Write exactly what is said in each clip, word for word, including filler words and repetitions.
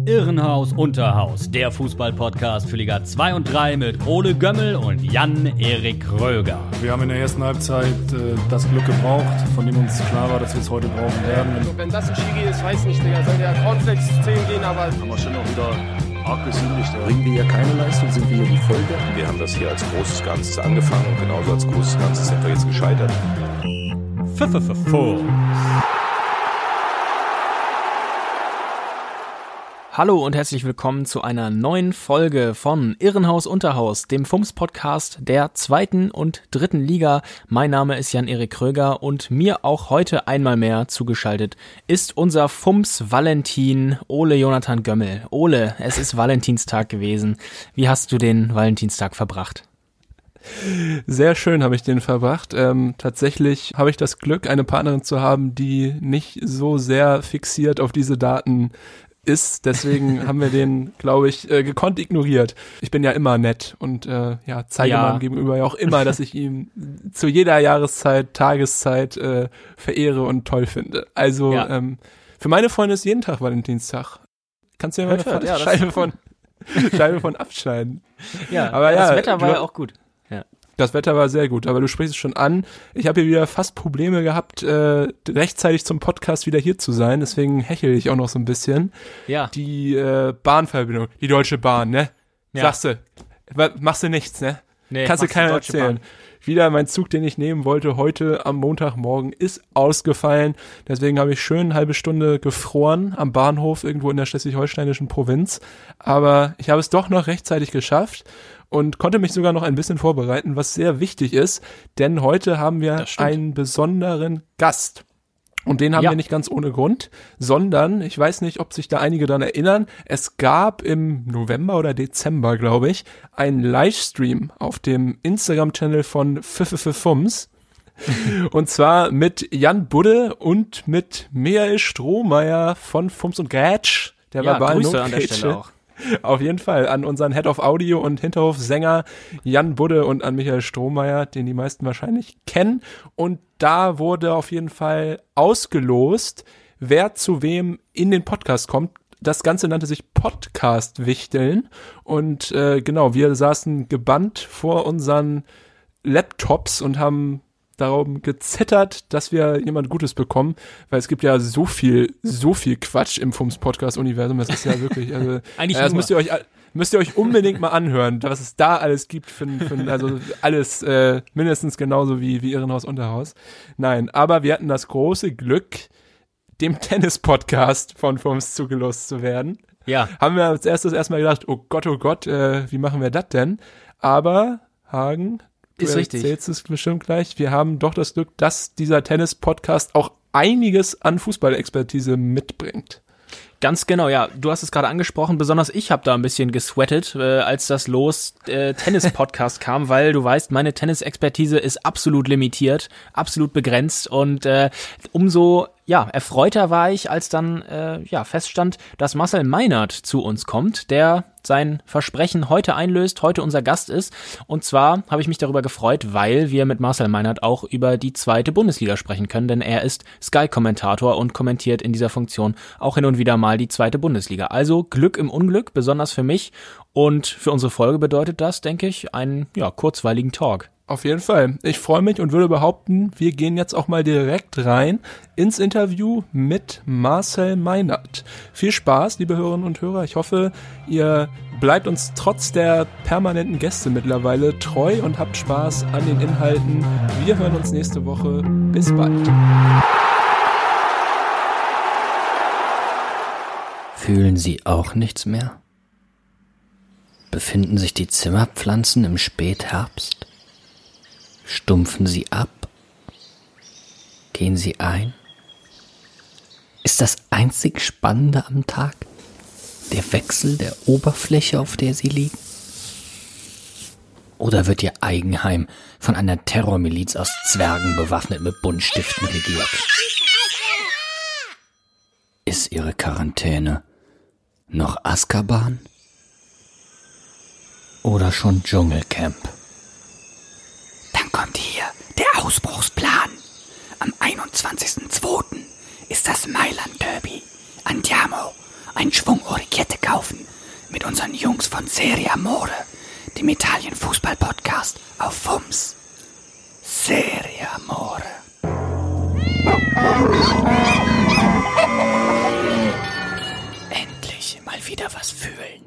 Irrenhaus Unterhaus, der Fußball-Podcast für Liga zwei und drei mit Ole Gömmel und Jan-Erik Röger. Wir haben in der ersten Halbzeit äh, das Glück gebraucht, von dem uns klar war, dass wir es heute brauchen werden. Also, wenn das ein Schiri ist, weiß nicht, Digga, soll der Cornflakes zehn gehen, aber... Haben wir schon auch wieder arg gesündigt. Ja. Bringen wir hier keine Leistung, sind wir hier die Folge. Wir haben das hier als großes Ganzes angefangen und genauso als großes Ganzes sind wir jetzt gescheitert. F-F-F-F. Hallo und herzlich willkommen zu einer neuen Folge von Irrenhaus Unterhaus, dem F U M S-Podcast der zweiten und dritten Liga. Mein Name ist Jan-Erik Röger und mir auch heute einmal mehr zugeschaltet ist unser F U M S-Valentin Ole Jonathan Gömmel. Ole, es ist Valentinstag gewesen. Wie hast du den Valentinstag verbracht? Sehr schön habe ich den verbracht. Ähm, tatsächlich habe ich das Glück, eine Partnerin zu haben, die nicht so sehr fixiert auf diese Daten ist, deswegen haben wir den, glaube ich, äh, gekonnt ignoriert. Ich bin ja immer nett und äh, ja, zeige ja. meinem Gegenüber ja auch immer, dass ich ihn zu jeder Jahreszeit, Tageszeit äh, verehre und toll finde. Also ja. ähm, für meine Freunde ist jeden Tag Valentinstag. Kannst du ja mal Hört, hört, ja, Scheibe von Scheibe von abschneiden. Ja, aber das ja, Wetter war du, ja auch gut. Ja. Das Wetter war sehr gut, aber du sprichst es schon an. Ich habe hier wieder fast Probleme gehabt, äh, rechtzeitig zum Podcast wieder hier zu sein. Deswegen hechle ich auch noch so ein bisschen. Ja. Die äh, Bahnverbindung, die Deutsche Bahn, ne? Ja. Sagst du, machst du nichts, ne? Nee, Kannst du machst keiner die Deutsche erzählen. Bahn. Wieder mein Zug, den ich nehmen wollte, heute am Montagmorgen ist ausgefallen. Deswegen habe ich schön eine halbe Stunde gefroren am Bahnhof irgendwo in der schleswig-holsteinischen Provinz. Aber ich habe es doch noch rechtzeitig geschafft und konnte mich sogar noch ein bisschen vorbereiten, was sehr wichtig ist, denn heute haben wir einen besonderen Gast. Und den haben ja. wir nicht ganz ohne Grund, sondern, ich weiß nicht, ob sich da einige daran erinnern, es gab im November oder Dezember, glaube ich, einen Livestream auf dem Instagram-Channel von F F F F U M S. Und zwar mit Jan Budde und mit Michael Strohmeier von Fums und Grätsch. Der ja, war Grüße an der Stelle auch. Auf jeden Fall an unseren Head of Audio und Hinterhofsänger Jan Budde und an Michael Strohmeier, den die meisten wahrscheinlich kennen. Und da wurde auf jeden Fall ausgelost, wer zu wem in den Podcast kommt. Das Ganze nannte sich Podcast-Wichteln. Und äh, genau, wir saßen gebannt vor unseren Laptops und haben darum gezittert, dass wir jemand Gutes bekommen, weil es gibt ja so viel, so viel Quatsch im F U M S-Podcast-Universum, das ist ja wirklich, also Eigentlich äh, das nur. müsst ihr euch, müsst ihr euch unbedingt mal anhören, was es da alles gibt, für, für, also alles äh, mindestens genauso wie, wie Irrenhaus Unterhaus. Nein, aber wir hatten das große Glück, dem Tennis-Podcast von F U M S zugelost zu werden. Ja. Haben wir als erstes erstmal gedacht, oh Gott, oh Gott, äh, wie machen wir das denn? Aber, Hagen, du ist richtig. erzählst es bestimmt gleich. Wir haben doch das Glück, dass dieser Tennis-Podcast auch einiges an Fußballexpertise mitbringt. Ganz genau, ja. Du hast es gerade angesprochen. Besonders ich habe da ein bisschen gesweatet, äh, als das Los äh, Tennis-Podcast kam, weil du weißt, meine Tennisexpertise ist absolut limitiert, absolut begrenzt und äh, umso ja erfreuter war ich, als dann äh, ja feststand, dass Marcel Meinert zu uns kommt, der sein Versprechen heute einlöst, heute unser Gast ist. Und zwar habe ich mich darüber gefreut, weil wir mit Marcel Meinert auch über die zweite Bundesliga sprechen können, denn er ist Sky-Kommentator und kommentiert in dieser Funktion auch hin und wieder mal die zweite Bundesliga. Also Glück im Unglück, besonders für mich. Und für unsere Folge bedeutet das, denke ich, einen ja, kurzweiligen Talk. Auf jeden Fall. Ich freue mich und würde behaupten, wir gehen jetzt auch mal direkt rein ins Interview mit Marcel Meinert. Viel Spaß, liebe Hörerinnen und Hörer. Ich hoffe, ihr bleibt uns trotz der permanenten Gäste mittlerweile treu und habt Spaß an den Inhalten. Wir hören uns nächste Woche. Bis bald. Fühlen Sie auch nichts mehr? Befinden sich die Zimmerpflanzen im Spätherbst? Stumpfen sie ab? Gehen sie ein? Ist das einzig Spannende am Tag der Wechsel der Oberfläche, auf der sie liegen? Oder wird ihr Eigenheim von einer Terrormiliz aus Zwergen bewaffnet mit Buntstiften regiert? Ist ihre Quarantäne noch Azkaban? Oder schon Dschungelcamp? Dann kommt hier der Ausbruchsplan. Am einundzwanzigsten zweiten ist das Mailand Derby. Andiamo einen Schwung Ohrikette kaufen mit unseren Jungs von Serie Amore, dem Italien-Fußball-Podcast auf F U M S. Serie Amore. Endlich mal wieder was fühlen.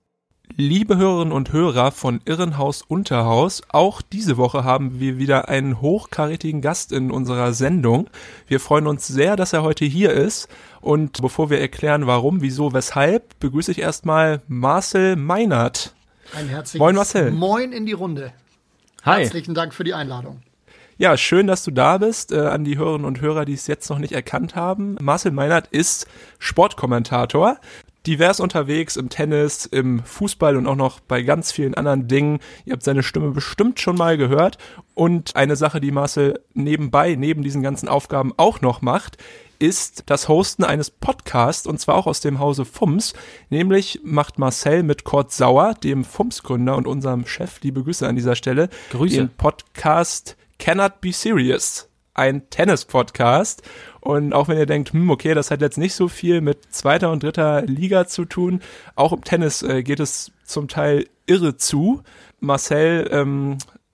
Liebe Hörerinnen und Hörer von Irrenhaus Unterhaus, auch diese Woche haben wir wieder einen hochkarätigen Gast in unserer Sendung. Wir freuen uns sehr, dass er heute hier ist. Und bevor wir erklären, warum, wieso, weshalb, begrüße ich erstmal Marcel Meinert. Ein herzliches Moin, Marcel. Moin in die Runde. Hi. Herzlichen Dank für die Einladung. Ja, schön, dass du da bist. Äh, an die Hörerinnen und Hörer, die es jetzt noch nicht erkannt haben. Marcel Meinert ist Sportkommentator. Divers unterwegs im Tennis, im Fußball und auch noch bei ganz vielen anderen Dingen. Ihr habt seine Stimme bestimmt schon mal gehört. Und eine Sache, die Marcel nebenbei, neben diesen ganzen Aufgaben auch noch macht, ist das Hosten eines Podcasts, und zwar auch aus dem Hause F U M S. Nämlich macht Marcel mit Kurt Sauer, dem F U M S-Gründer und unserem Chef, liebe Grüße an dieser Stelle, Grüße. den Podcast Cannot Be Serious. Ein Tennis-Podcast. Und auch wenn ihr denkt, hm, okay, das hat jetzt nicht so viel mit zweiter und dritter Liga zu tun, auch im Tennis äh, geht es zum Teil irre zu. Marcel, ähm,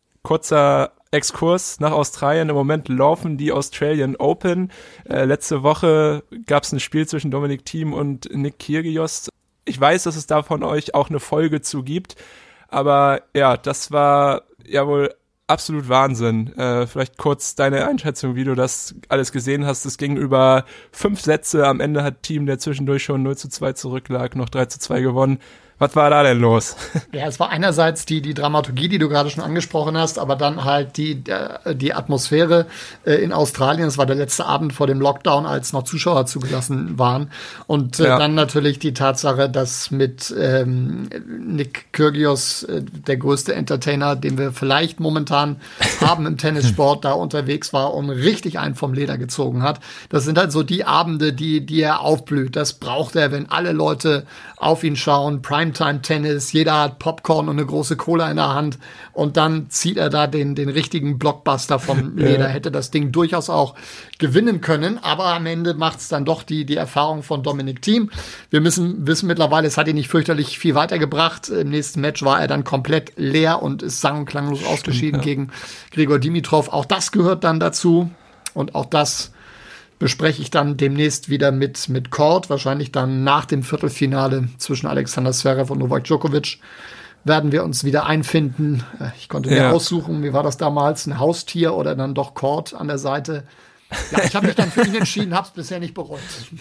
kurzer Exkurs nach Australien. Im Moment laufen die Australian Open. Äh, letzte Woche gab es ein Spiel zwischen Dominic Thiem und Nick Kyrgios. Ich weiß, dass es da von euch auch eine Folge zu gibt, aber ja, das war ja wohl absolut Wahnsinn. Äh, vielleicht kurz deine Einschätzung, wie du das alles gesehen hast. Es ging über fünf Sätze. Am Ende hat Thiem, der zwischendurch schon null zu zwei zurücklag, noch drei zu zwei gewonnen. Was war da denn los? Ja, es war einerseits die, die Dramaturgie, die du gerade schon angesprochen hast, aber dann halt die, die Atmosphäre in Australien. Es war der letzte Abend vor dem Lockdown, als noch Zuschauer zugelassen waren. Und ja. dann natürlich die Tatsache, dass mit ähm, Nick Kyrgios, äh, der größte Entertainer, den wir vielleicht momentan haben im Tennissport, da unterwegs war und richtig einen vom Leder gezogen hat. Das sind halt so die Abende, die, die er aufblüht. Das braucht er, wenn alle Leute auf ihn schauen. Primetime-Tennis, jeder hat Popcorn und eine große Cola in der Hand und dann zieht er da den, den richtigen Blockbuster vom Leder. Ja. Hätte das Ding durchaus auch gewinnen können, aber am Ende macht es dann doch die, die Erfahrung von Dominic Thiem. Wir müssen wissen mittlerweile, es hat ihn nicht fürchterlich viel weitergebracht. Im nächsten Match war er dann komplett leer und ist sang- und klanglos Stimmt, ausgeschieden ja. gegen Grigor Dimitrov. Auch das gehört dann dazu und auch das bespreche ich dann demnächst wieder mit, mit Kurt, wahrscheinlich dann nach dem Viertelfinale zwischen Alexander Zverev und Novak Djokovic werden wir uns wieder einfinden. Ich konnte mir ja. aussuchen, wie war das damals, ein Haustier oder dann doch Kurt an der Seite. Ja, ich habe mich dann für ihn entschieden, hab's bisher nicht bereut.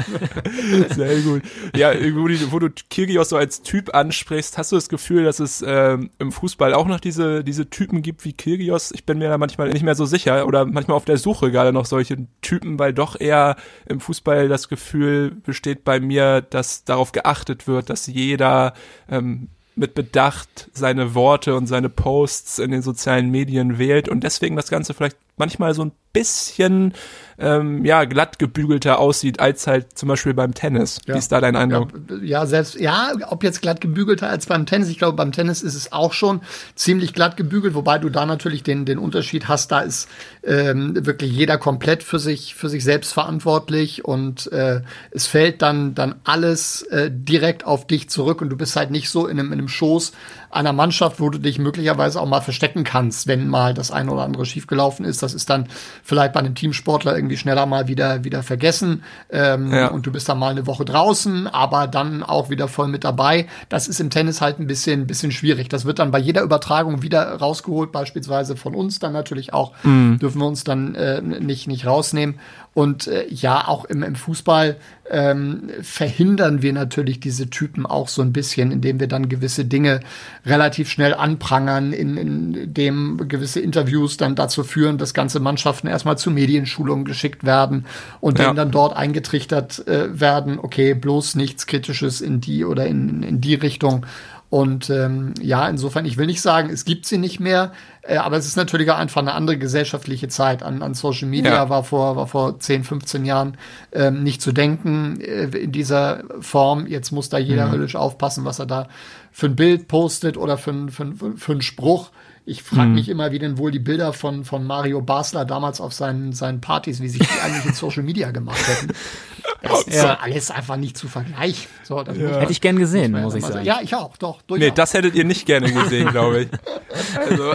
Sehr gut. Ja, wo du, wo du Kyrgios so als Typ ansprichst, hast du das Gefühl, dass es ähm, im Fußball auch noch diese diese Typen gibt wie Kyrgios? Ich bin mir da manchmal nicht mehr so sicher oder manchmal auf der Suche gerade noch solche Typen, weil doch eher im Fußball das Gefühl besteht bei mir, dass darauf geachtet wird, dass jeder ähm, mit Bedacht seine Worte und seine Posts in den sozialen Medien wählt und deswegen das Ganze vielleicht manchmal so ein bisschen ähm, ja glatt gebügelter aussieht als halt zum Beispiel beim Tennis. Ja. Wie ist da dein Eindruck? Ja, ja, selbst ja, ob jetzt glatt gebügelter als beim Tennis. Ich glaube, beim Tennis ist es auch schon ziemlich glatt gebügelt, wobei du da natürlich den den Unterschied hast. Da ist ähm, wirklich jeder komplett für sich für sich selbst verantwortlich und äh, es fällt dann dann alles äh, direkt auf dich zurück und du bist halt nicht so in einem in einem Schoß einer Mannschaft, wo du dich möglicherweise auch mal verstecken kannst, wenn mal das eine oder andere schiefgelaufen ist. Das ist dann vielleicht bei einem Teamsportler irgendwie schneller mal wieder wieder vergessen ähm, ja. und du bist dann mal eine Woche draußen, aber dann auch wieder voll mit dabei. Das ist im Tennis halt ein bisschen bisschen schwierig. Das wird dann bei jeder Übertragung wieder rausgeholt, beispielsweise von uns dann natürlich auch. Mhm. Dürfen wir uns dann äh, nicht nicht rausnehmen. Und äh, ja, auch im, im Fußball ähm, verhindern wir natürlich diese Typen auch so ein bisschen, indem wir dann gewisse Dinge relativ schnell anprangern, in, in dem gewisse Interviews dann dazu führen, dass ganze Mannschaften erstmal zu Medienschulungen geschickt werden und ja. denen dann dort eingetrichtert äh, werden, okay, bloß nichts Kritisches in die oder in, in die Richtung. Und ähm, ja, insofern, ich will nicht sagen, es gibt sie nicht mehr, äh, aber es ist natürlich auch einfach eine andere gesellschaftliche Zeit. An, an Social Media ja. war vor war vor zehn, fünfzehn Jahren ähm, nicht zu denken äh, in dieser Form. Jetzt muss da jeder mhm. höllisch aufpassen, was er da für ein Bild postet oder für, ein, für, für, für einen Spruch. Ich frage mich immer, wie denn wohl die Bilder von, von Mario Basler damals auf seinen, seinen Partys, wie sich die eigentlich in Social Media gemacht hätten. Das ist ja alles einfach nicht zu vergleichen. So, das ja. Hätte ich gern gesehen, muss, muss ich sagen. Ja, ich auch, doch. Nee, das hättet ihr nicht gerne gesehen, glaube ich. Also.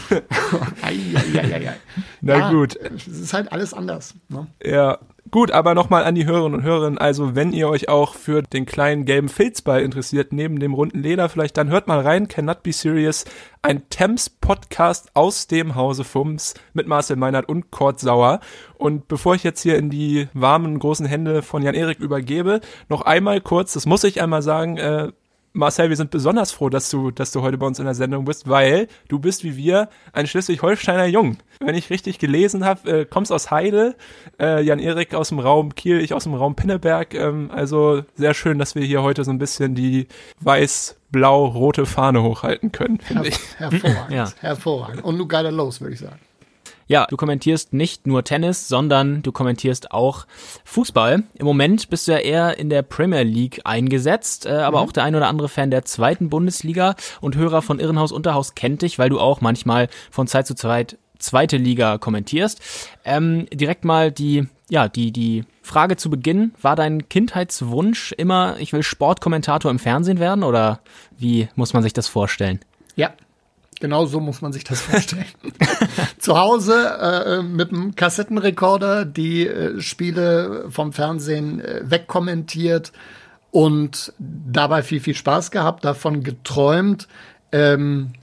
ei, ei, ei, ei. Na ja, gut. Es ist halt alles anders. Ne? Ja. Gut, aber nochmal an die Hörerinnen und Hörer, also wenn ihr euch auch für den kleinen gelben Filzball interessiert, neben dem runden Leder vielleicht, dann hört mal rein, Cannot Be Serious, ein Temps-Podcast aus dem Hause Fums mit Marcel Meinert und Kurt Sauer. Und bevor ich jetzt hier in die warmen, großen Hände von Jan-Erik übergebe, noch einmal kurz, das muss ich einmal sagen, äh, Marcel, wir sind besonders froh, dass du, dass du heute bei uns in der Sendung bist, weil du bist wie wir ein Schleswig-Holsteiner Jung. Wenn ich richtig gelesen habe, äh, kommst aus Heide, äh, Jan-Erik aus dem Raum Kiel, ich aus dem Raum Pinneberg. Ähm, also sehr schön, dass wir hier heute so ein bisschen die weiß-blau-rote Fahne hochhalten können, finde ich. Hervorragend, ja. hervorragend. Und nun geiler los, würde ich sagen. Ja, du kommentierst nicht nur Tennis, sondern du kommentierst auch Fußball. Im Moment bist du ja eher in der Premier League eingesetzt, äh, aber mhm. auch der ein oder andere Fan der zweiten Bundesliga und Hörer von Irrenhaus Unterhaus kennt dich, weil du auch manchmal von Zeit zu Zeit zweite Liga kommentierst. Ähm, direkt mal die, ja, die, die Frage zu Beginn. War dein Kindheitswunsch immer, ich will Sportkommentator im Fernsehen werden oder wie muss man sich das vorstellen? Ja. Genau so muss man sich das vorstellen. Zu Hause äh, mit dem Kassettenrekorder die äh, Spiele vom Fernsehen äh, wegkommentiert und dabei viel, viel Spaß gehabt, davon geträumt, ähm,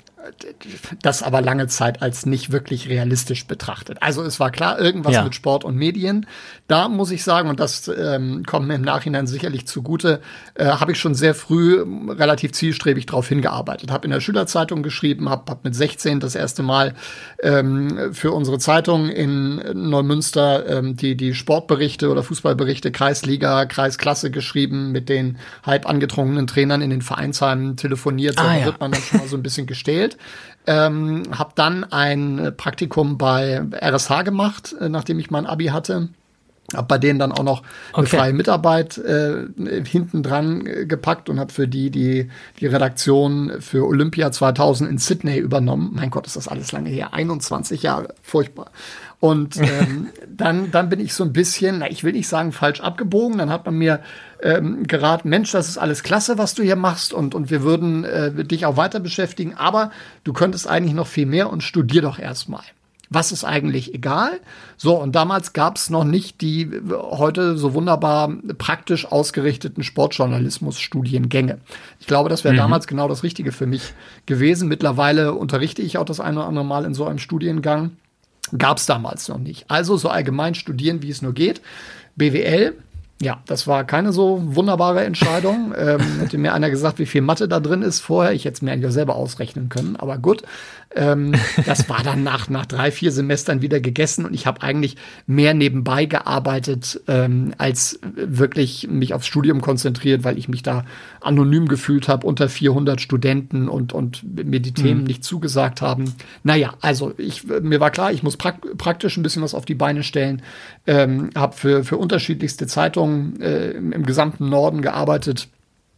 das aber lange Zeit als nicht wirklich realistisch betrachtet. Also es war klar, irgendwas ja. mit Sport und Medien. Da muss ich sagen, und das ähm, kommt mir im Nachhinein sicherlich zugute, äh, habe ich schon sehr früh relativ zielstrebig darauf hingearbeitet. Habe in der Schülerzeitung geschrieben, habe hab mit sechzehn das erste Mal ähm, für unsere Zeitung in Neumünster ähm, die, die Sportberichte oder Fußballberichte Kreisliga, Kreisklasse geschrieben, mit den halb angetrunkenen Trainern in den Vereinsheimen telefoniert. So ah, ja. wird man dann schon mal so ein bisschen gestählt. Ähm, habe dann ein Praktikum bei R S H gemacht, äh, nachdem ich mein Abi hatte. Habe bei denen dann auch noch eine okay. freie Mitarbeit äh, hinten dran äh, gepackt und habe für die, die die Redaktion für Olympia zweitausend in Sydney übernommen. Mein Gott, ist das alles lange her. einundzwanzig Jahre. Furchtbar. Und ähm, dann, dann bin ich so ein bisschen, na, ich will nicht sagen falsch abgebogen. Dann hat man mir ähm, geraten, Mensch, das ist alles klasse, was du hier machst und, und wir würden äh, dich auch weiter beschäftigen. Aber du könntest eigentlich noch viel mehr und studier doch erstmal. Was ist eigentlich egal? So, und damals gab es noch nicht die heute so wunderbar praktisch ausgerichteten Sportjournalismus-Studiengänge. Ich glaube, das wäre mhm. damals genau das Richtige für mich gewesen. Mittlerweile unterrichte ich auch das eine oder andere Mal in so einem Studiengang. Gab es damals noch nicht. Also so allgemein studieren, wie es nur geht. B W L, ja, das war keine so wunderbare Entscheidung. ähm, hätte mir einer gesagt, wie viel Mathe da drin ist vorher. Ich hätte es mir eigentlich selber ausrechnen können, aber gut. Ähm, das war dann nach, nach drei, vier Semestern wieder gegessen und ich habe eigentlich mehr nebenbei gearbeitet, ähm, als wirklich mich aufs Studium konzentriert, weil ich mich da anonym gefühlt habe unter vierhundert Studenten und, und mir die Themen mhm. nicht zugesagt haben. Naja, also ich, mir war klar, ich muss prak- praktisch ein bisschen was auf die Beine stellen. Ähm, habe für, für unterschiedlichste Zeitungen äh, im, im gesamten Norden gearbeitet.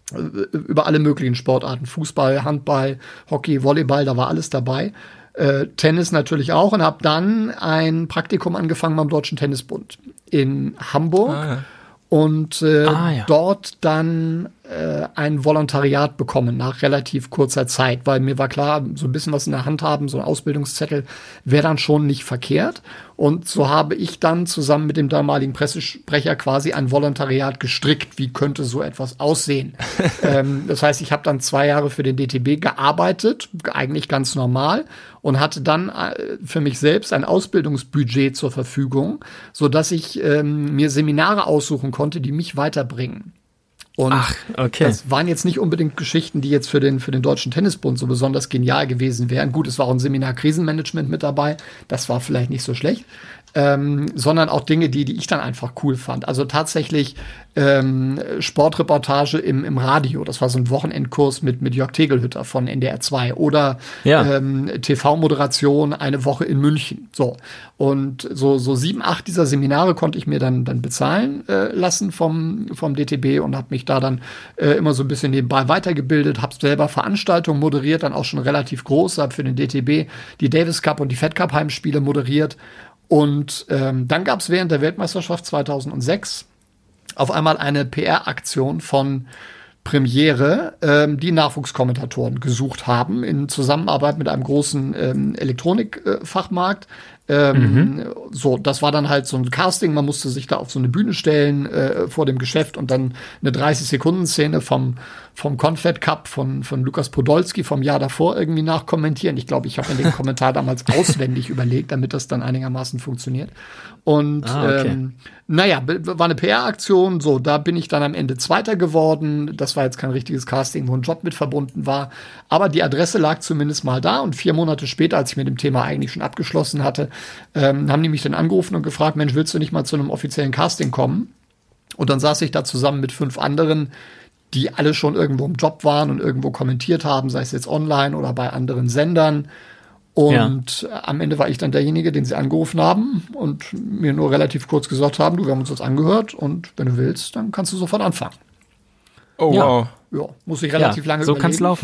Über alle möglichen Sportarten, Fußball, Handball, Hockey, Volleyball, da war alles dabei. Äh, Tennis natürlich auch und habe dann ein Praktikum angefangen beim Deutschen Tennisbund in Hamburg ah, ja. und äh, ah, ja. dort dann äh, ein Volontariat bekommen nach relativ kurzer Zeit, weil mir war klar, so ein bisschen was in der Hand haben, so ein Ausbildungszettel wäre dann schon nicht verkehrt. Und so habe ich dann zusammen mit dem damaligen Pressesprecher quasi ein Volontariat gestrickt. Wie könnte so etwas aussehen? ähm, das heißt, ich habe dann zwei Jahre für den D T B gearbeitet, eigentlich ganz normal, und hatte dann äh, für mich selbst ein Ausbildungsbudget zur Verfügung, sodass ich ähm, mir Seminare aussuchen konnte, die mich weiterbringen. Und Ach, okay. das waren jetzt nicht unbedingt Geschichten, die jetzt für den, für den Deutschen Tennisbund so besonders genial gewesen wären. Gut, es war auch ein Seminar Krisenmanagement mit dabei. Das war vielleicht nicht so schlecht. Ähm, sondern auch Dinge, die, die ich dann einfach cool fand. Also tatsächlich ähm, Sportreportage im, im Radio. Das war so ein Wochenendkurs mit, mit Jörg Tegelhütter von N D R zwei. Oder ja. ähm, T V-Moderation eine Woche in München. So. Und so, so sieben, acht dieser Seminare konnte ich mir dann, dann bezahlen äh, lassen vom, vom D T B und habe mich da dann äh, immer so ein bisschen nebenbei weitergebildet, habe selber Veranstaltungen moderiert, dann auch schon relativ groß, habe für den D T B die Davis Cup und die Fed Cup Heimspiele moderiert. Und ähm, dann gab es während der Weltmeisterschaft zweitausendsechs auf einmal eine P R-Aktion von Premiere, ähm, die Nachwuchskommentatoren gesucht haben in Zusammenarbeit mit einem großen ähm, Elektronikfachmarkt. Ähm, mhm. So, das war dann halt so ein Casting. Man musste sich da auf so eine Bühne stellen äh, vor dem Geschäft und dann eine dreißig-Sekunden-Szene vom vom Confed Cup von von Lukas Podolski vom Jahr davor irgendwie nachkommentieren. Ich glaube, ich habe mir den Kommentar damals auswendig überlegt, damit das dann einigermaßen funktioniert. Und ah, okay. ähm, naja, war eine P R-Aktion. So, da bin ich dann am Ende Zweiter geworden. Das war jetzt kein richtiges Casting, wo ein Job mit verbunden war. Aber die Adresse lag zumindest mal da. Und vier Monate später, als ich mit dem Thema eigentlich schon abgeschlossen hatte, ähm, haben die mich dann angerufen und gefragt, Mensch, willst du nicht mal zu einem offiziellen Casting kommen? Und dann saß ich da zusammen mit fünf anderen, die alle schon irgendwo im Job waren und irgendwo kommentiert haben, sei es jetzt online oder bei anderen Sendern. Und ja. am Ende war ich dann derjenige, den sie angerufen haben und mir nur relativ kurz gesagt haben, du, wir haben uns das angehört und wenn du willst, dann kannst du sofort anfangen. Oh, ja. wow. Ja, muss ich relativ ja, lange so überlegen. So kann's laufen.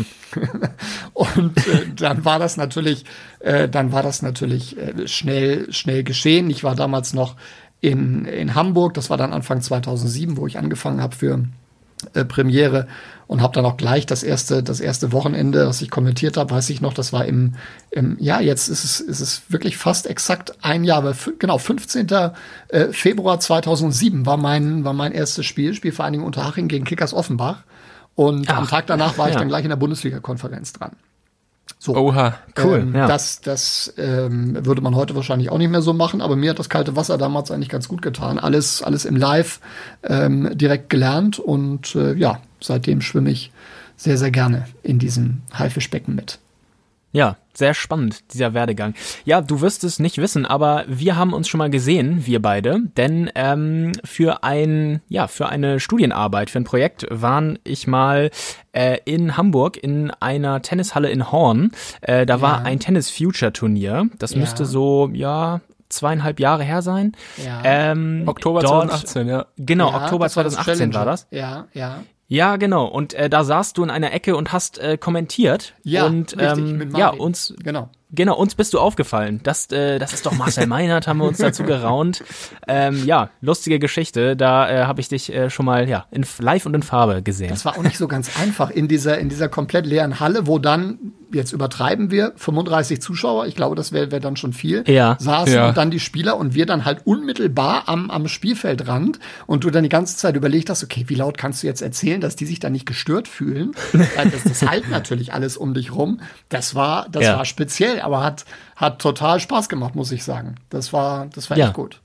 Und äh, dann war das natürlich, äh, dann war das natürlich äh, schnell, schnell geschehen. Ich war damals noch in, in Hamburg, das war dann Anfang zweitausendsieben, wo ich angefangen habe für äh, Premiere und habe dann auch gleich das erste, das erste Wochenende, das ich kommentiert habe, weiß ich noch, das war im, im ja, jetzt ist es, ist es wirklich fast exakt ein Jahr, aber genau, fünfzehnten Februar zweitausendsieben war mein, war mein erstes Spiel, Spielvereinigung Unterhaching gegen Kickers Offenbach. Und Ach, am Tag danach war ich ja. dann gleich in der Bundesliga-Konferenz dran. So, Oha, cool. Ähm, ja. Das, das ähm, würde man heute wahrscheinlich auch nicht mehr so machen, aber mir hat das kalte Wasser damals eigentlich ganz gut getan. Alles, alles im Live ähm, direkt gelernt und äh, ja, seitdem schwimme ich sehr, sehr gerne in diesem Haifischbecken mit. Ja, sehr spannend, dieser Werdegang. Ja, du wirst es nicht wissen, aber wir haben uns schon mal gesehen, wir beide, denn ähm, für ein, ja, für eine Studienarbeit, für ein Projekt waren ich mal äh, in Hamburg in einer Tennishalle in Horn. Äh, da ja. war ein Tennis-Future-Turnier. Das ja. müsste so, ja, zweieinhalb Jahre her sein. Ja. Ähm, Oktober dort, zweitausendachtzehn, ja. Genau, ja, Oktober zweitausendachtzehn war das. Ja, ja. Ja, genau. Und äh, da saßt du in einer Ecke und hast äh, kommentiert. Ja, und richtig, ähm, mit ja, Marvin. uns genau. Genau, uns bist du aufgefallen. Das, äh, das ist doch Marcel Meinert, haben wir uns dazu geraunt. Ähm, ja, lustige Geschichte. Da äh, habe ich dich äh, schon mal ja in live und in Farbe gesehen. Das war auch nicht so ganz einfach in dieser in dieser komplett leeren Halle, wo dann, jetzt übertreiben wir, fünfunddreißig Zuschauer, ich glaube, das wäre wär dann schon viel, ja. saßen ja. und dann die Spieler und wir dann halt unmittelbar am, am Spielfeldrand und du dann die ganze Zeit überlegt hast, okay, wie laut kannst du jetzt erzählen, dass die sich da nicht gestört fühlen? das, das halt natürlich alles um dich rum. Das war, das ja. war speziell, aber hat, hat total Spaß gemacht, muss ich sagen. Das war, das war ja. echt gut.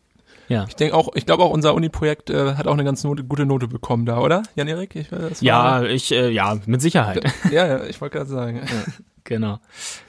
Ja. Ich denke auch, ich glaube auch unser Uni-Projekt äh, hat auch eine ganz Note, gute Note bekommen da, oder? Jan-Erik? Ich, das ja, ich, äh, ja, mit Sicherheit. Ja, ja, ich wollte gerade sagen. Ja. Genau.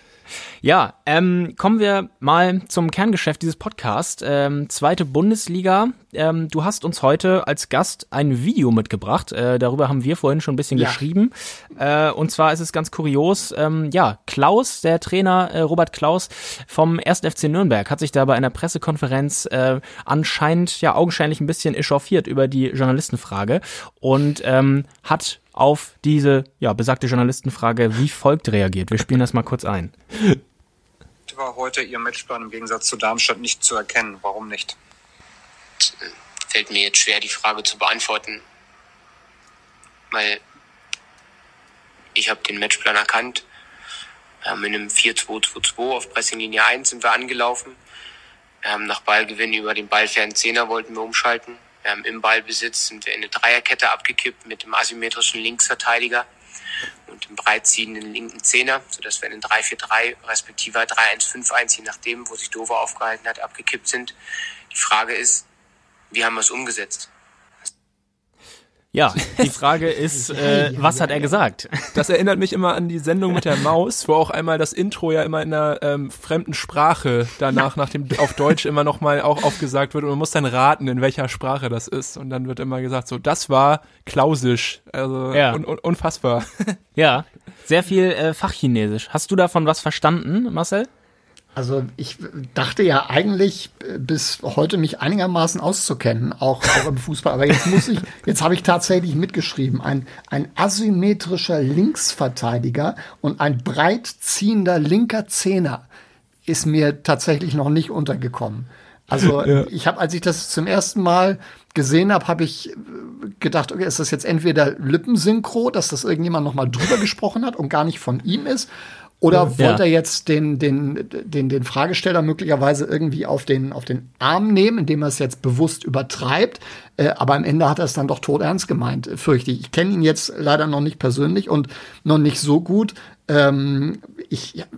Ja, ähm, kommen wir mal zum Kerngeschäft dieses Podcasts. Ähm, zweite Bundesliga. Ähm, du hast uns heute als Gast ein Video mitgebracht. Äh, darüber haben wir vorhin schon ein bisschen ja. geschrieben. Äh, und zwar ist es ganz kurios. Ähm, ja, Klaus, der Trainer äh, Robert Klaus vom ersten F C Nürnberg, hat sich da bei einer Pressekonferenz äh, anscheinend, ja, augenscheinlich ein bisschen echauffiert über die Journalistenfrage und ähm, hat auf diese ja besagte Journalistenfrage wie folgt reagiert. Wir spielen das mal kurz ein. War heute Ihr Matchplan im Gegensatz zu Darmstadt nicht zu erkennen. Warum nicht? Fällt mir jetzt schwer, die Frage zu beantworten, weil ich habe den Matchplan erkannt. Ähm, in einem vier zwei zwei zwei auf Pressinglinie eins sind wir angelaufen. Ähm, nach Ballgewinn über den ballfernen Zehner wollten wir umschalten. Ähm, Im Ballbesitz sind wir in eine Dreierkette abgekippt mit dem asymmetrischen Linksverteidiger und dem breitziehenden linken Zehner, sodass wir in den drei vier drei respektive drei eins fünf eins, je nachdem, wo sich Dover aufgehalten hat, abgekippt sind. Die Frage ist, wie haben wir es umgesetzt? Ja, die Frage ist, äh, was hat er gesagt? Das erinnert mich immer an die Sendung mit der Maus, wo auch einmal das Intro ja immer in einer ähm, fremden Sprache danach nach dem auf Deutsch immer noch mal auch aufgesagt wird und man muss dann raten, in welcher Sprache das ist und dann wird immer gesagt, so das war Klausisch, also ja. un- un- unfassbar. Ja, sehr viel äh, Fachchinesisch. Hast du davon was verstanden, Marcel? Also ich dachte ja eigentlich bis heute mich einigermaßen auszukennen, auch, auch im Fußball. Aber jetzt muss ich, jetzt habe ich tatsächlich mitgeschrieben, ein, ein asymmetrischer Linksverteidiger und ein breit ziehender linker Zehner ist mir tatsächlich noch nicht untergekommen. Also Ja. ich habe, als ich das zum ersten Mal gesehen habe, habe ich gedacht, okay, ist das jetzt entweder Lippensynchro, dass das irgendjemand noch mal drüber gesprochen hat und gar nicht von ihm ist, oder Ja. wollte er jetzt den, den, den, den Fragesteller möglicherweise irgendwie auf den, auf den Arm nehmen, indem er es jetzt bewusst übertreibt. Äh, aber am Ende hat er es dann doch todernst gemeint, äh, fürchte ich. Ich kenne ihn jetzt leider noch nicht persönlich und noch nicht so gut. Ähm, ich ja,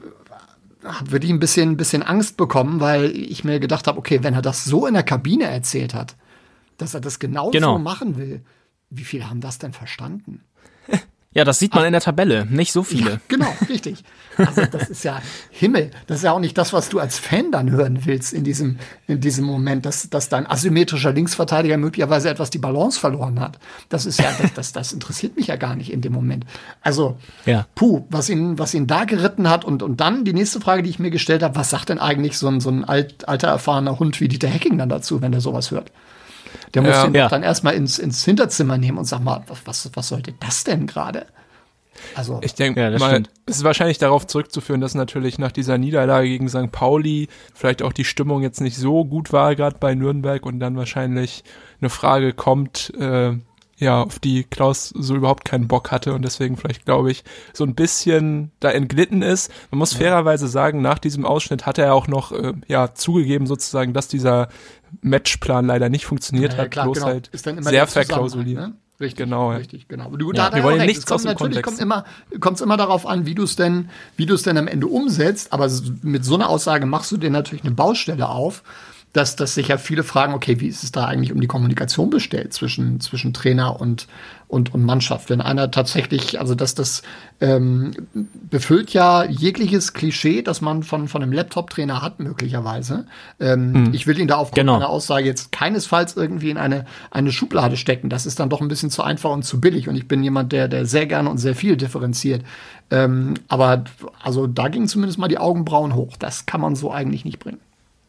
habe wirklich ein bisschen, ein bisschen Angst bekommen, weil ich mir gedacht habe, okay, wenn er das so in der Kabine erzählt hat, dass er das genau, Genau. so machen will, wie viele haben das denn verstanden? Ja, das sieht man in der Tabelle. Nicht so viele. Ja, genau, richtig. Also das ist ja Himmel. Das ist ja auch nicht das, was du als Fan dann hören willst in diesem, in diesem Moment, dass, dass dein asymmetrischer Linksverteidiger möglicherweise etwas die Balance verloren hat. Das ist ja, das, das, das interessiert mich ja gar nicht in dem Moment. Also, Ja. puh, was ihn, was ihn da geritten hat und, und dann die nächste Frage, die ich mir gestellt habe, was sagt denn eigentlich so ein, so ein alt, alter, erfahrener Hund wie Dieter Hecking dann dazu, wenn der sowas hört? Der muss Ja. ihn Ja. doch dann erstmal ins, ins Hinterzimmer nehmen und sag mal, was, was, was sollte das denn gerade? Also, Ich denke Ja, das mal, stimmt. es ist wahrscheinlich darauf zurückzuführen, dass natürlich nach dieser Niederlage gegen Sankt Pauli vielleicht auch die Stimmung jetzt nicht so gut war, gerade bei Nürnberg, und dann wahrscheinlich eine Frage kommt, äh, ja, auf die Klaus so überhaupt keinen Bock hatte und deswegen vielleicht, glaube ich, so ein bisschen da entglitten ist. Man muss fairerweise sagen, nach diesem Ausschnitt hat er auch noch äh, ja zugegeben sozusagen, dass dieser Matchplan leider nicht funktioniert Ja, ja, hat, klar, bloß genau. halt Ist dann immer sehr der Zusammenhang, verklausuliert. ne? Richtig, Genau, ja. richtig, genau. Du, Ja, da hat wir er wollen auch recht. nichts Es kommt aus dem natürlich Kontext. kommt immer, kommt's immer darauf an, wie du es denn, wie du es denn am Ende umsetzt. Aber s- mit so einer Aussage machst du dir natürlich eine Baustelle auf, dass, dass sich ja viele fragen, okay, wie ist es da eigentlich um die Kommunikation bestellt zwischen, zwischen Trainer und, und, und Mannschaft? Wenn einer tatsächlich, also dass das ähm, befüllt ja jegliches Klischee, das man von, von einem Laptop-Trainer hat, möglicherweise. Ähm, Ich will ihn da aufgrund Genau. meiner Aussage jetzt keinesfalls irgendwie in eine, eine Schublade stecken. Das ist dann doch ein bisschen zu einfach und zu billig. Und ich bin jemand, der, der sehr gerne und sehr viel differenziert. Ähm, aber also da gingen zumindest mal die Augenbrauen hoch. Das kann man so eigentlich nicht bringen.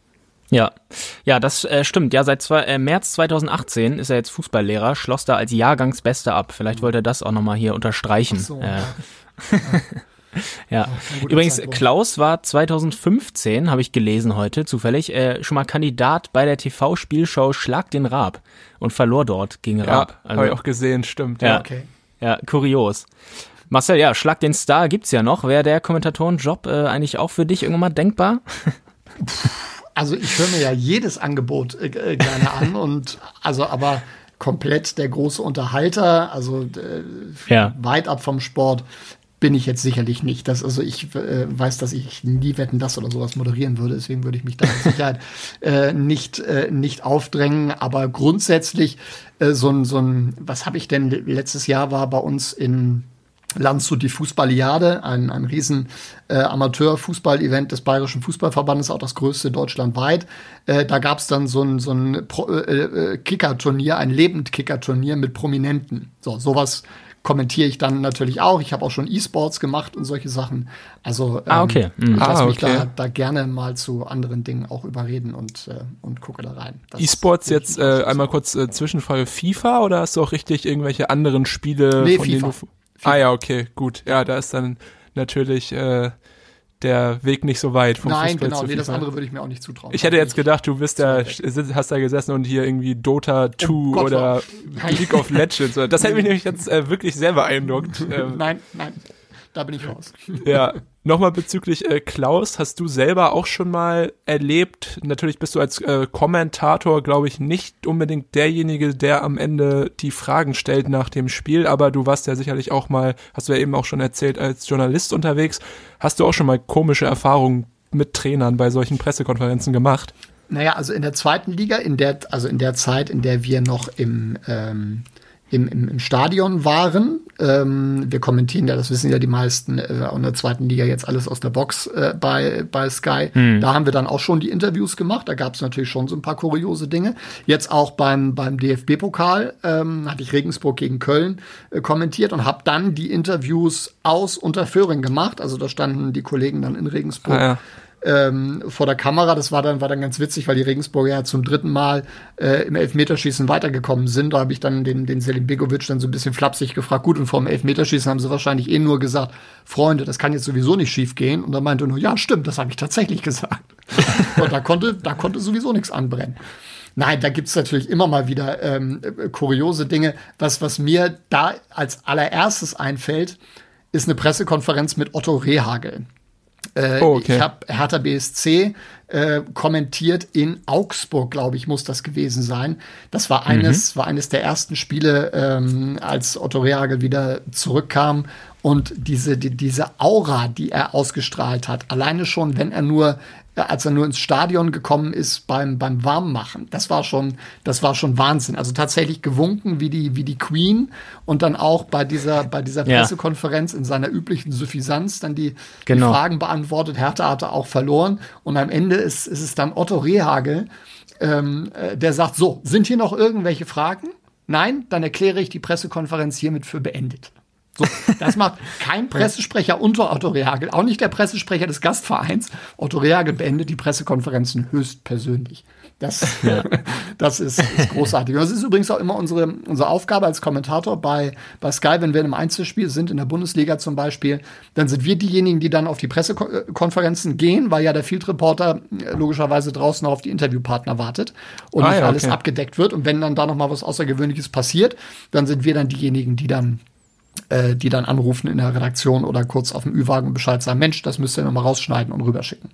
Ja, ja, das äh, stimmt. Ja, seit zwei, äh, März zweitausendachtzehn ist er jetzt Fußballlehrer, schloss da als Jahrgangsbester ab. Vielleicht wollte er das auch nochmal hier unterstreichen. Ach so, äh, ja. ja. guter Übrigens, Zeitpunkt. Klaus war zweitausendfünfzehn, habe ich gelesen heute, zufällig, äh, schon mal Kandidat bei der T V-Spielshow Schlag den Raab und verlor dort gegen Ja, Raab. habe ich auch gesehen, stimmt. Ja. Ja. Okay. Ja, kurios. Marcel, ja, Schlag den Star gibt's ja noch. Wäre der Kommentatorenjob äh, eigentlich auch für dich irgendwann mal denkbar? Also ich höre mir ja jedes Angebot äh, äh, gerne an und also aber komplett der große Unterhalter, also äh, Ja. weit ab vom Sport bin ich jetzt sicherlich nicht. Das, also ich äh, weiß, dass ich nie Wetten, das oder sowas moderieren würde, deswegen würde ich mich da mit Sicherheit äh, nicht äh, nicht aufdrängen. Aber grundsätzlich äh, so ein so ein, was habe ich denn letztes Jahr war bei uns in Landshut die Fußballiade, ein, ein riesen äh, Amateur-Fußball-Event des Bayerischen Fußballverbandes, auch das größte deutschlandweit. Äh, da gab es dann so ein, so ein Pro, äh, äh, Kicker-Turnier, ein Lebend-Kicker-Turnier mit Prominenten. So, sowas kommentiere ich dann natürlich auch. Ich habe auch schon E-Sports gemacht und solche Sachen. Also ähm, Ah, okay. Mhm. ich lasse Ah, mich okay. da, da gerne mal zu anderen Dingen auch überreden und, äh, und gucke da rein. Das E-Sports will ich jetzt nicht äh, ausschließen. einmal kurz äh, Zwischenfrage, FIFA oder hast du auch richtig irgendwelche anderen Spiele, Nee, von FIFA. denen du... Ah ja, okay, gut. Ja, da ist dann natürlich äh, der Weg nicht so weit vom Nein, Fußball genau, zu nee, das FIFA. andere würde ich mir auch nicht zutrauen. Ich hätte jetzt Ich- gedacht, du bist da, hast da gesessen und hier irgendwie Dota zwei Um Gott, oder nein. League of Legends. Das hätte mich nämlich jetzt äh, wirklich sehr beeindruckt. Ähm, Nein, nein, da bin ich raus. Ja, nochmal bezüglich äh, Klaus, hast du selber auch schon mal erlebt, natürlich bist du als äh, Kommentator, glaube ich, nicht unbedingt derjenige, der am Ende die Fragen stellt nach dem Spiel, aber du warst ja sicherlich auch mal, hast du ja eben auch schon erzählt, als Journalist unterwegs. Hast du auch schon mal komische Erfahrungen mit Trainern bei solchen Pressekonferenzen gemacht? Naja, also in der zweiten Liga, in der, also in der Zeit, in der wir noch im, ähm, im, im, im Stadion waren, ähm, wir kommentieren ja, das wissen ja die meisten, äh, in der zweiten Liga jetzt alles aus der Box äh, bei, bei Sky. Mhm. Da haben wir dann auch schon die Interviews gemacht, da gab es natürlich schon so ein paar kuriose Dinge. Jetzt auch beim, beim D F B-Pokal ähm, hatte ich Regensburg gegen Köln äh, kommentiert und habe dann die Interviews aus Unterföhring gemacht. Also da standen die Kollegen dann in Regensburg. Ah, ja. ähm, vor der Kamera. Das war dann, war dann ganz witzig, weil die Regensburger ja zum dritten Mal äh, im Elfmeterschießen weitergekommen sind. Da habe ich dann den, den Selim Begovic dann so ein bisschen flapsig gefragt. Gut, und vor dem Elfmeterschießen haben sie wahrscheinlich eh nur gesagt, Freunde, das kann jetzt sowieso nicht schief gehen. Und dann meinte er nur, ja, stimmt, das habe ich tatsächlich gesagt. Und da konnte, da konnte sowieso nichts anbrennen. Nein, da gibt's natürlich immer mal wieder ähm, kuriose Dinge. Was, was mir da als allererstes einfällt, ist eine Pressekonferenz mit Otto Rehhagel. Äh, oh, okay. Ich habe Hertha B S C äh, kommentiert in Augsburg, glaube ich, muss das gewesen sein. Das war eines, mhm. war eines der ersten Spiele, ähm, als Otto Rehhagel wieder zurückkam. Und diese, die, diese Aura, die er ausgestrahlt hat, alleine schon, wenn er nur, als er nur ins Stadion gekommen ist beim, beim Warmmachen, das war schon, das war schon Wahnsinn. Also tatsächlich gewunken wie die, wie die Queen und dann auch bei dieser, bei dieser ja. Pressekonferenz in seiner üblichen Suffisanz dann die, genau. die Fragen beantwortet. Hertha hatte auch verloren und am Ende ist, ist es dann Otto Rehhagel, ähm, der sagt, so, sind hier noch irgendwelche Fragen? Nein? Dann erkläre ich die Pressekonferenz hiermit für beendet. So, das macht kein Pressesprecher unter Otto Rehhagel, auch nicht der Pressesprecher des Gastvereins. Otto Rehhagel beendet die Pressekonferenzen höchstpersönlich. Das, ja. das ist, ist großartig. Und das ist übrigens auch immer unsere, unsere Aufgabe als Kommentator bei, bei Sky, wenn wir in einem Einzelspiel sind, in der Bundesliga zum Beispiel, dann sind wir diejenigen, die dann auf die Pressekonferenzen gehen, weil ja der Field Reporter logischerweise draußen auf die Interviewpartner wartet und ah, nicht ja, alles okay. abgedeckt wird. Und wenn dann da noch mal was Außergewöhnliches passiert, dann sind wir dann diejenigen, die dann die dann anrufen in der Redaktion oder kurz auf dem Ü-Wagen und Bescheid sagen, Mensch, das müsst ihr nochmal rausschneiden und rüberschicken.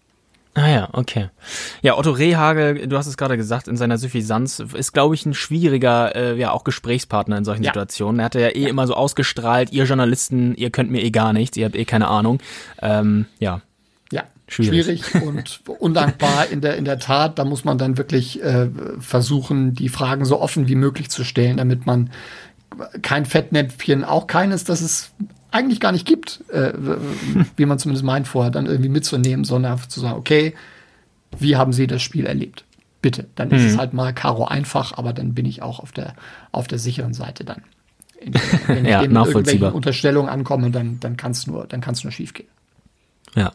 Ah ja, okay. Ja, Otto Rehhagel, du hast es gerade gesagt, in seiner Suffisanz ist, glaube ich, ein schwieriger, äh, ja, auch Gesprächspartner in solchen ja. Situationen. Er hatte ja eh ja. immer so ausgestrahlt, ihr Journalisten, ihr könnt mir eh gar nichts, ihr habt eh keine Ahnung. Ähm, ja. Ja, schwierig, schwierig und undankbar in der, in der Tat. Da muss man dann wirklich äh, versuchen, die Fragen so offen wie möglich zu stellen, damit man kein Fettnäpfchen, auch keines, das es eigentlich gar nicht gibt, äh, wie man zumindest meint vorher, dann irgendwie mitzunehmen, sondern einfach zu sagen, okay, wie haben Sie das Spiel erlebt? Bitte, dann mhm. ist es halt mal Karo einfach, aber dann bin ich auch auf der, auf der sicheren Seite dann. In, wenn ja, ich mit irgendwelchen Unterstellungen ankomme, dann, dann kann es nur, dann kann es nur schief gehen. Ja.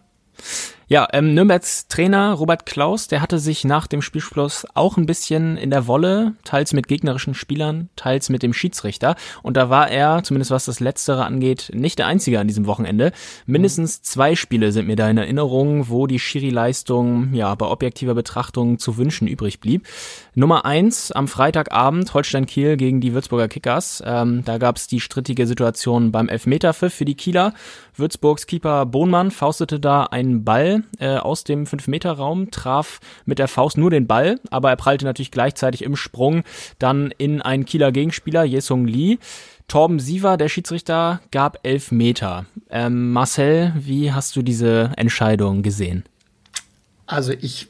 Ja, ähm, Nürnbergs Trainer Robert Klaus, der hatte sich nach dem Spielschluss auch ein bisschen in der Wolle, teils mit gegnerischen Spielern, teils mit dem Schiedsrichter. Und da war er, zumindest was das Letztere angeht, nicht der Einzige an diesem Wochenende. Mindestens zwei Spiele sind mir da in Erinnerung, wo die Schiri-Leistung ja bei objektiver Betrachtung zu wünschen übrig blieb. Nummer eins am Freitagabend, Holstein Kiel gegen die Würzburger Kickers. Ähm, da gab es die strittige Situation beim Elfmeterpfiff für die Kieler. Würzburgs Keeper Bohnmann faustete da einen Ball äh, aus dem fünf Meter Raum, traf mit der Faust nur den Ball, aber er prallte natürlich gleichzeitig im Sprung dann in einen Kieler Gegenspieler, Jesung Lee. Torben Siever, der Schiedsrichter, gab elf Meter. Ähm, Marcel, wie hast du diese Entscheidung gesehen? Also ich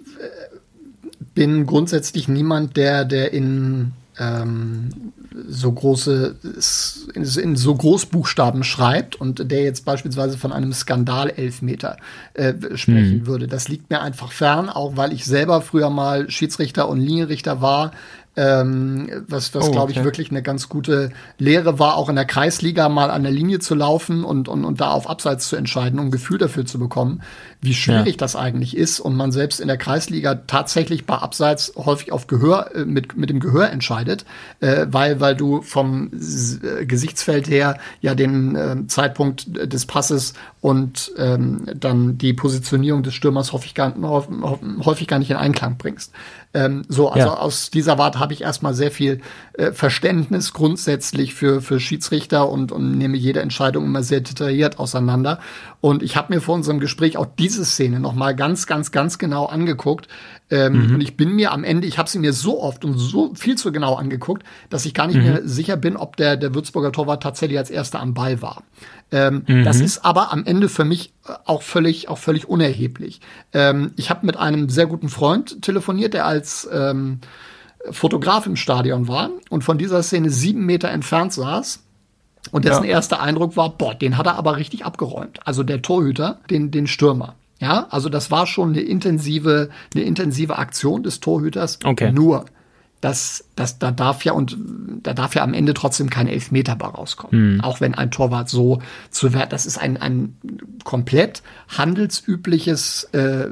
äh, bin grundsätzlich niemand, der, der in ähm, so große, in so Großbuchstaben schreibt und der jetzt beispielsweise von einem Skandal-Elfmeter äh, sprechen hm. würde. Das liegt mir einfach fern, auch weil ich selber früher mal Schiedsrichter und Linienrichter war. Ähm, was, was oh, glaube ich, okay. wirklich eine ganz gute Lehre war, auch in der Kreisliga mal an der Linie zu laufen und, und, und da auf Abseits zu entscheiden, um ein Gefühl dafür zu bekommen, wie schwierig ja. das eigentlich ist und man selbst in der Kreisliga tatsächlich bei Abseits häufig auf Gehör, äh, mit, mit dem Gehör entscheidet, äh, weil, weil du vom äh, Gesichtsfeld her ja den äh, Zeitpunkt des Passes und ähm, dann die Positionierung des Stürmers häufig gar, häufig gar nicht in Einklang bringst. Ähm, so, also ja. aus dieser Warte habe ich erstmal sehr viel äh, Verständnis grundsätzlich für, für Schiedsrichter und, und nehme jede Entscheidung immer sehr detailliert auseinander. Und ich habe mir vor unserem Gespräch auch diese Szene nochmal ganz, ganz, ganz genau angeguckt. Ähm, mhm. Und ich bin mir am Ende, ich habe sie mir so oft und so viel zu genau angeguckt, dass ich gar nicht mhm. mehr sicher bin, ob der, der Würzburger Torwart tatsächlich als erster am Ball war. Ähm, mhm. Das ist aber am Ende für mich auch völlig, auch völlig unerheblich. Ähm, ich habe mit einem sehr guten Freund telefoniert, der als ähm, Fotograf im Stadion war und von dieser Szene sieben Meter entfernt saß. Und dessen ja. erster Eindruck war, boah, den hat er aber richtig abgeräumt. Also der Torhüter, den, den Stürmer. Ja, also das war schon eine intensive, eine intensive Aktion des Torhüters. Okay. Nur, dass, dass da darf ja und da darf ja am Ende trotzdem kein Elfmeter bei rauskommen. Mhm. Auch wenn ein Torwart so zu wert, das ist ein, ein komplett handelsübliches äh,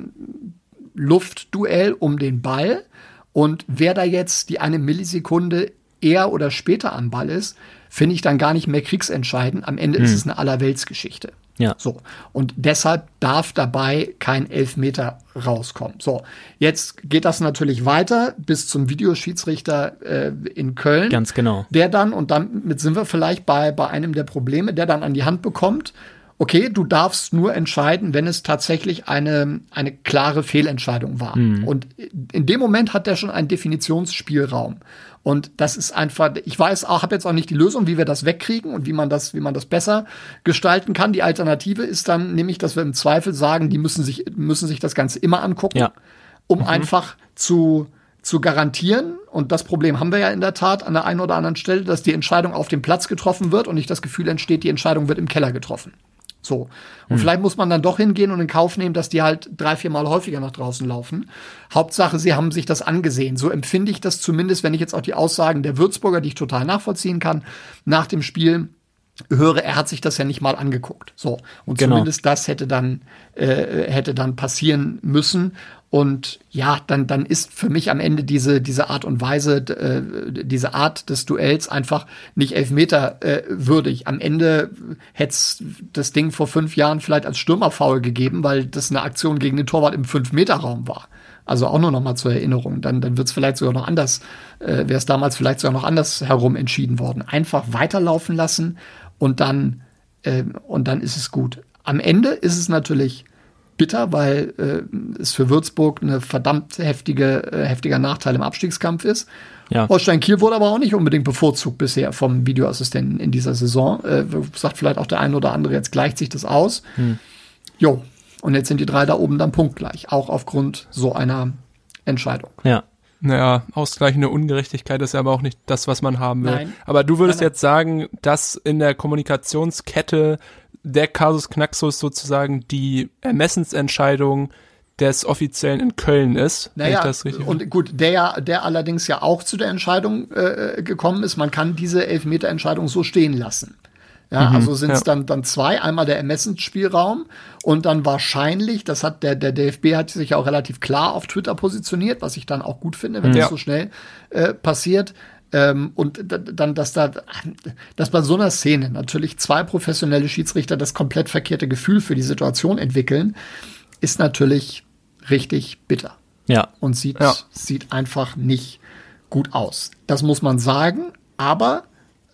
Luftduell um den Ball. Und wer da jetzt die eine Millisekunde eher oder später am Ball ist, finde ich dann gar nicht mehr kriegsentscheidend. Am Ende mhm. ist es eine Allerweltsgeschichte. Ja. So. Und deshalb darf dabei kein Elfmeter rauskommen. So. Jetzt geht das natürlich weiter bis zum Videoschiedsrichter äh, in Köln. Ganz genau. Der dann, und damit sind wir vielleicht bei, bei einem der Probleme, der dann an die Hand bekommt, okay, du darfst nur entscheiden, wenn es tatsächlich eine, eine klare Fehlentscheidung war. Mhm. Und in dem Moment hat der schon einen Definitionsspielraum. Und das ist einfach, ich weiß auch, habe jetzt auch nicht die Lösung, wie wir das wegkriegen und wie man das, wie man das besser gestalten kann. Die Alternative ist dann nämlich, dass wir im Zweifel sagen, die müssen sich, müssen sich das Ganze immer angucken, ja. um mhm. einfach zu, zu garantieren. Und das Problem haben wir ja in der Tat an der einen oder anderen Stelle, dass die Entscheidung auf dem Platz getroffen wird und nicht das Gefühl entsteht, die Entscheidung wird im Keller getroffen. So. Und hm. vielleicht muss man dann doch hingehen und in Kauf nehmen, dass die halt drei, vier Mal häufiger nach draußen laufen. Hauptsache, sie haben sich das angesehen. So empfinde ich das zumindest, wenn ich jetzt auch die Aussagen der Würzburger, die ich total nachvollziehen kann, nach dem Spiel höre, er hat sich das ja nicht mal angeguckt. So. Und genau. zumindest das hätte dann, äh, hätte dann passieren müssen. Und ja, dann, dann ist für mich am Ende diese, diese Art und Weise, äh, diese Art des Duells einfach nicht Elfmeter äh, würdig. Am Ende hätte es das Ding vor fünf Jahren vielleicht als Stürmerfoul gegeben, weil das eine Aktion gegen den Torwart im fünf-Meter-Raum war. Also auch nur noch mal zur Erinnerung. Dann, dann wird es vielleicht sogar noch anders, äh, wäre es damals vielleicht sogar noch anders herum entschieden worden. Einfach weiterlaufen lassen und dann, äh, und dann ist es gut. Am Ende ist es natürlich bitter, weil äh, es für Würzburg eine verdammt heftige, äh, heftiger Nachteil im Abstiegskampf ist. Ja. Holstein Kiel wurde aber auch nicht unbedingt bevorzugt bisher vom Videoassistenten in dieser Saison. Äh, sagt vielleicht auch der eine oder andere, jetzt gleicht sich das aus. Hm. Jo, und jetzt sind die drei da oben dann punktgleich, auch aufgrund so einer Entscheidung. Ja. Naja, ausgleichende Ungerechtigkeit ist ja aber auch nicht das, was man haben will. Nein. Aber du würdest nein, nein. jetzt sagen, dass in der Kommunikationskette der Kasus Knaxus sozusagen die Ermessensentscheidung des Offiziellen in Köln ist. Naja, wenn ich das richtig und gut, der ja, der allerdings ja auch zu der Entscheidung äh, gekommen ist, man kann diese Elfmeterentscheidung so stehen lassen. Ja, Mhm, also sind es ja. dann, dann zwei, einmal der Ermessensspielraum und dann wahrscheinlich, das hat der, der D F B hat sich ja auch relativ klar auf Twitter positioniert, was ich dann auch gut finde, wenn Ja. das so schnell äh, passiert. Ähm, und d- dann, dass da, dass bei so einer Szene natürlich zwei professionelle Schiedsrichter das komplett verkehrte Gefühl für die Situation entwickeln, ist natürlich richtig bitter. Ja. Und sieht, Ja. sieht einfach nicht gut aus. Das muss man sagen, aber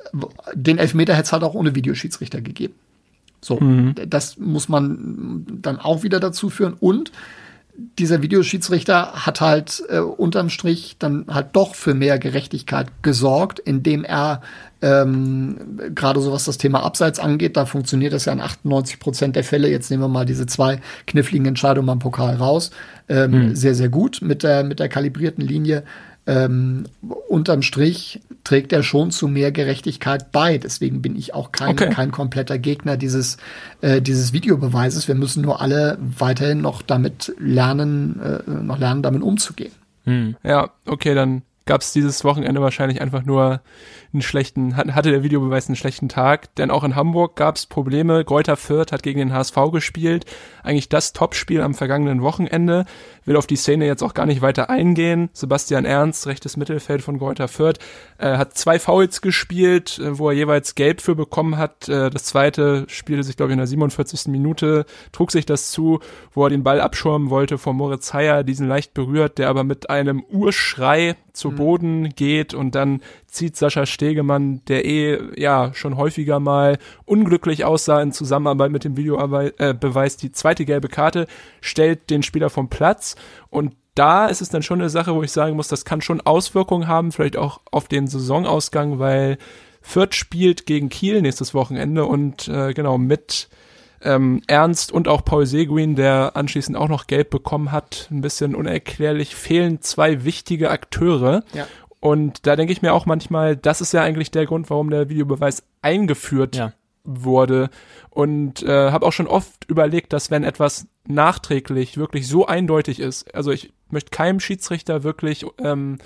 den Elfmeter hätte es halt auch ohne Videoschiedsrichter gegeben. So, Mhm. das muss man dann auch wieder dazu führen. Und dieser Videoschiedsrichter hat halt äh, unterm Strich dann halt doch für mehr Gerechtigkeit gesorgt, indem er ähm, gerade so was das Thema Abseits angeht, da funktioniert das ja in achtundneunzig Prozent der Fälle. Jetzt nehmen wir mal diese zwei kniffligen Entscheidungen beim Pokal raus. Ähm, Mhm. Sehr, sehr gut mit der, mit der kalibrierten Linie. Ähm, unterm Strich trägt er schon zu mehr Gerechtigkeit bei. Deswegen bin ich auch kein, Okay. kein kompletter Gegner dieses, äh, dieses Videobeweises. Wir müssen nur alle weiterhin noch damit lernen, äh, noch lernen, damit umzugehen. Hm. Ja, okay, dann gab es dieses Wochenende wahrscheinlich einfach nur einen schlechten, hat- hatte der Videobeweis einen schlechten Tag, denn auch in Hamburg gab es Probleme. Greuther Fürth hat gegen den H S V gespielt, eigentlich das Topspiel am vergangenen Wochenende, will auf die Szene jetzt auch gar nicht weiter eingehen. Sebastian Ernst, rechtes Mittelfeld von Greuther Fürth, äh, hat zwei Fouls gespielt, äh, wo er jeweils Gelb für bekommen hat. Äh, das zweite spielte sich, glaube ich, in der siebenundvierzigsten Minute, trug sich das zu, wo er den Ball abschirmen wollte vor Moritz Heyer, diesen leicht berührt, der aber mit einem Urschrei zu Boden geht und dann zieht Sascha Stegemann, der eh ja schon häufiger mal unglücklich aussah in Zusammenarbeit mit dem Videobeweis, die zweite gelbe Karte, stellt den Spieler vom Platz und da ist es dann schon eine Sache, wo ich sagen muss, das kann schon Auswirkungen haben, vielleicht auch auf den Saisonausgang, weil Fürth spielt gegen Kiel nächstes Wochenende und äh, genau mit Ähm, Ernst und auch Paul Seguin, der anschließend auch noch Gelb bekommen hat, ein bisschen unerklärlich, fehlen zwei wichtige Akteure. Ja. Und da denke ich mir auch manchmal, das ist ja eigentlich der Grund, warum der Videobeweis eingeführt Ja. wurde. Und äh, habe auch schon oft überlegt, dass wenn etwas nachträglich wirklich so eindeutig ist, also ich möchte keinem Schiedsrichter wirklich ähm,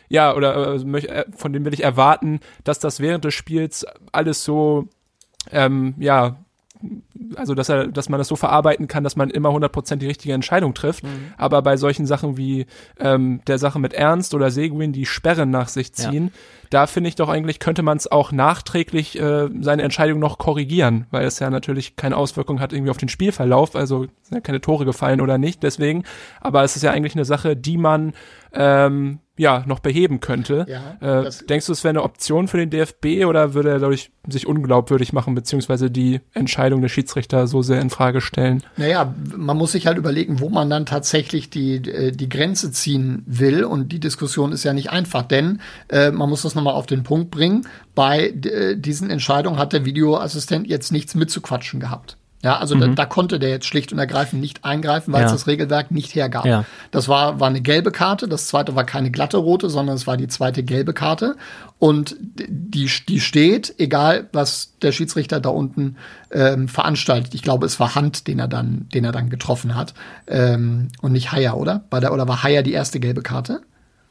ja, oder äh, von dem will ich erwarten, dass das während des Spiels alles so, ähm, ja, also dass er, dass man das so verarbeiten kann, dass man immer hundert Prozent die richtige Entscheidung trifft. Mhm. Aber bei solchen Sachen wie ähm, der Sache mit Ernst oder Seguin, die Sperren nach sich ziehen, ja. da finde ich doch eigentlich, könnte man es auch nachträglich äh, seine Entscheidung noch korrigieren, weil es ja natürlich keine Auswirkung hat irgendwie auf den Spielverlauf, also sind ja keine Tore gefallen oder nicht, deswegen. Aber es ist ja eigentlich eine Sache, die man ähm, ja noch beheben könnte. Ja, äh, denkst du, es wäre eine Option für den D F B oder würde er dadurch sich unglaubwürdig machen, beziehungsweise die Entscheidung der Schiedsrichter so sehr in Frage stellen? Naja, man muss sich halt überlegen, wo man dann tatsächlich die, die Grenze ziehen will, und die Diskussion ist ja nicht einfach, denn äh, man muss das nochmal auf den Punkt bringen, bei äh, diesen Entscheidungen hat der Videoassistent jetzt nichts mitzuquatschen gehabt. Ja, also mhm. da, da konnte der jetzt schlicht und ergreifend nicht eingreifen, weil ja. es das Regelwerk nicht hergab. Ja. Das war, war eine gelbe Karte, das zweite war keine glatte rote, sondern es war die zweite gelbe Karte. Und die, die steht, egal was der Schiedsrichter da unten ähm, veranstaltet. Ich glaube, es war Hand, den er dann, den er dann getroffen hat. Ähm, und nicht Haier, oder? War der, oder war Haier die erste gelbe Karte?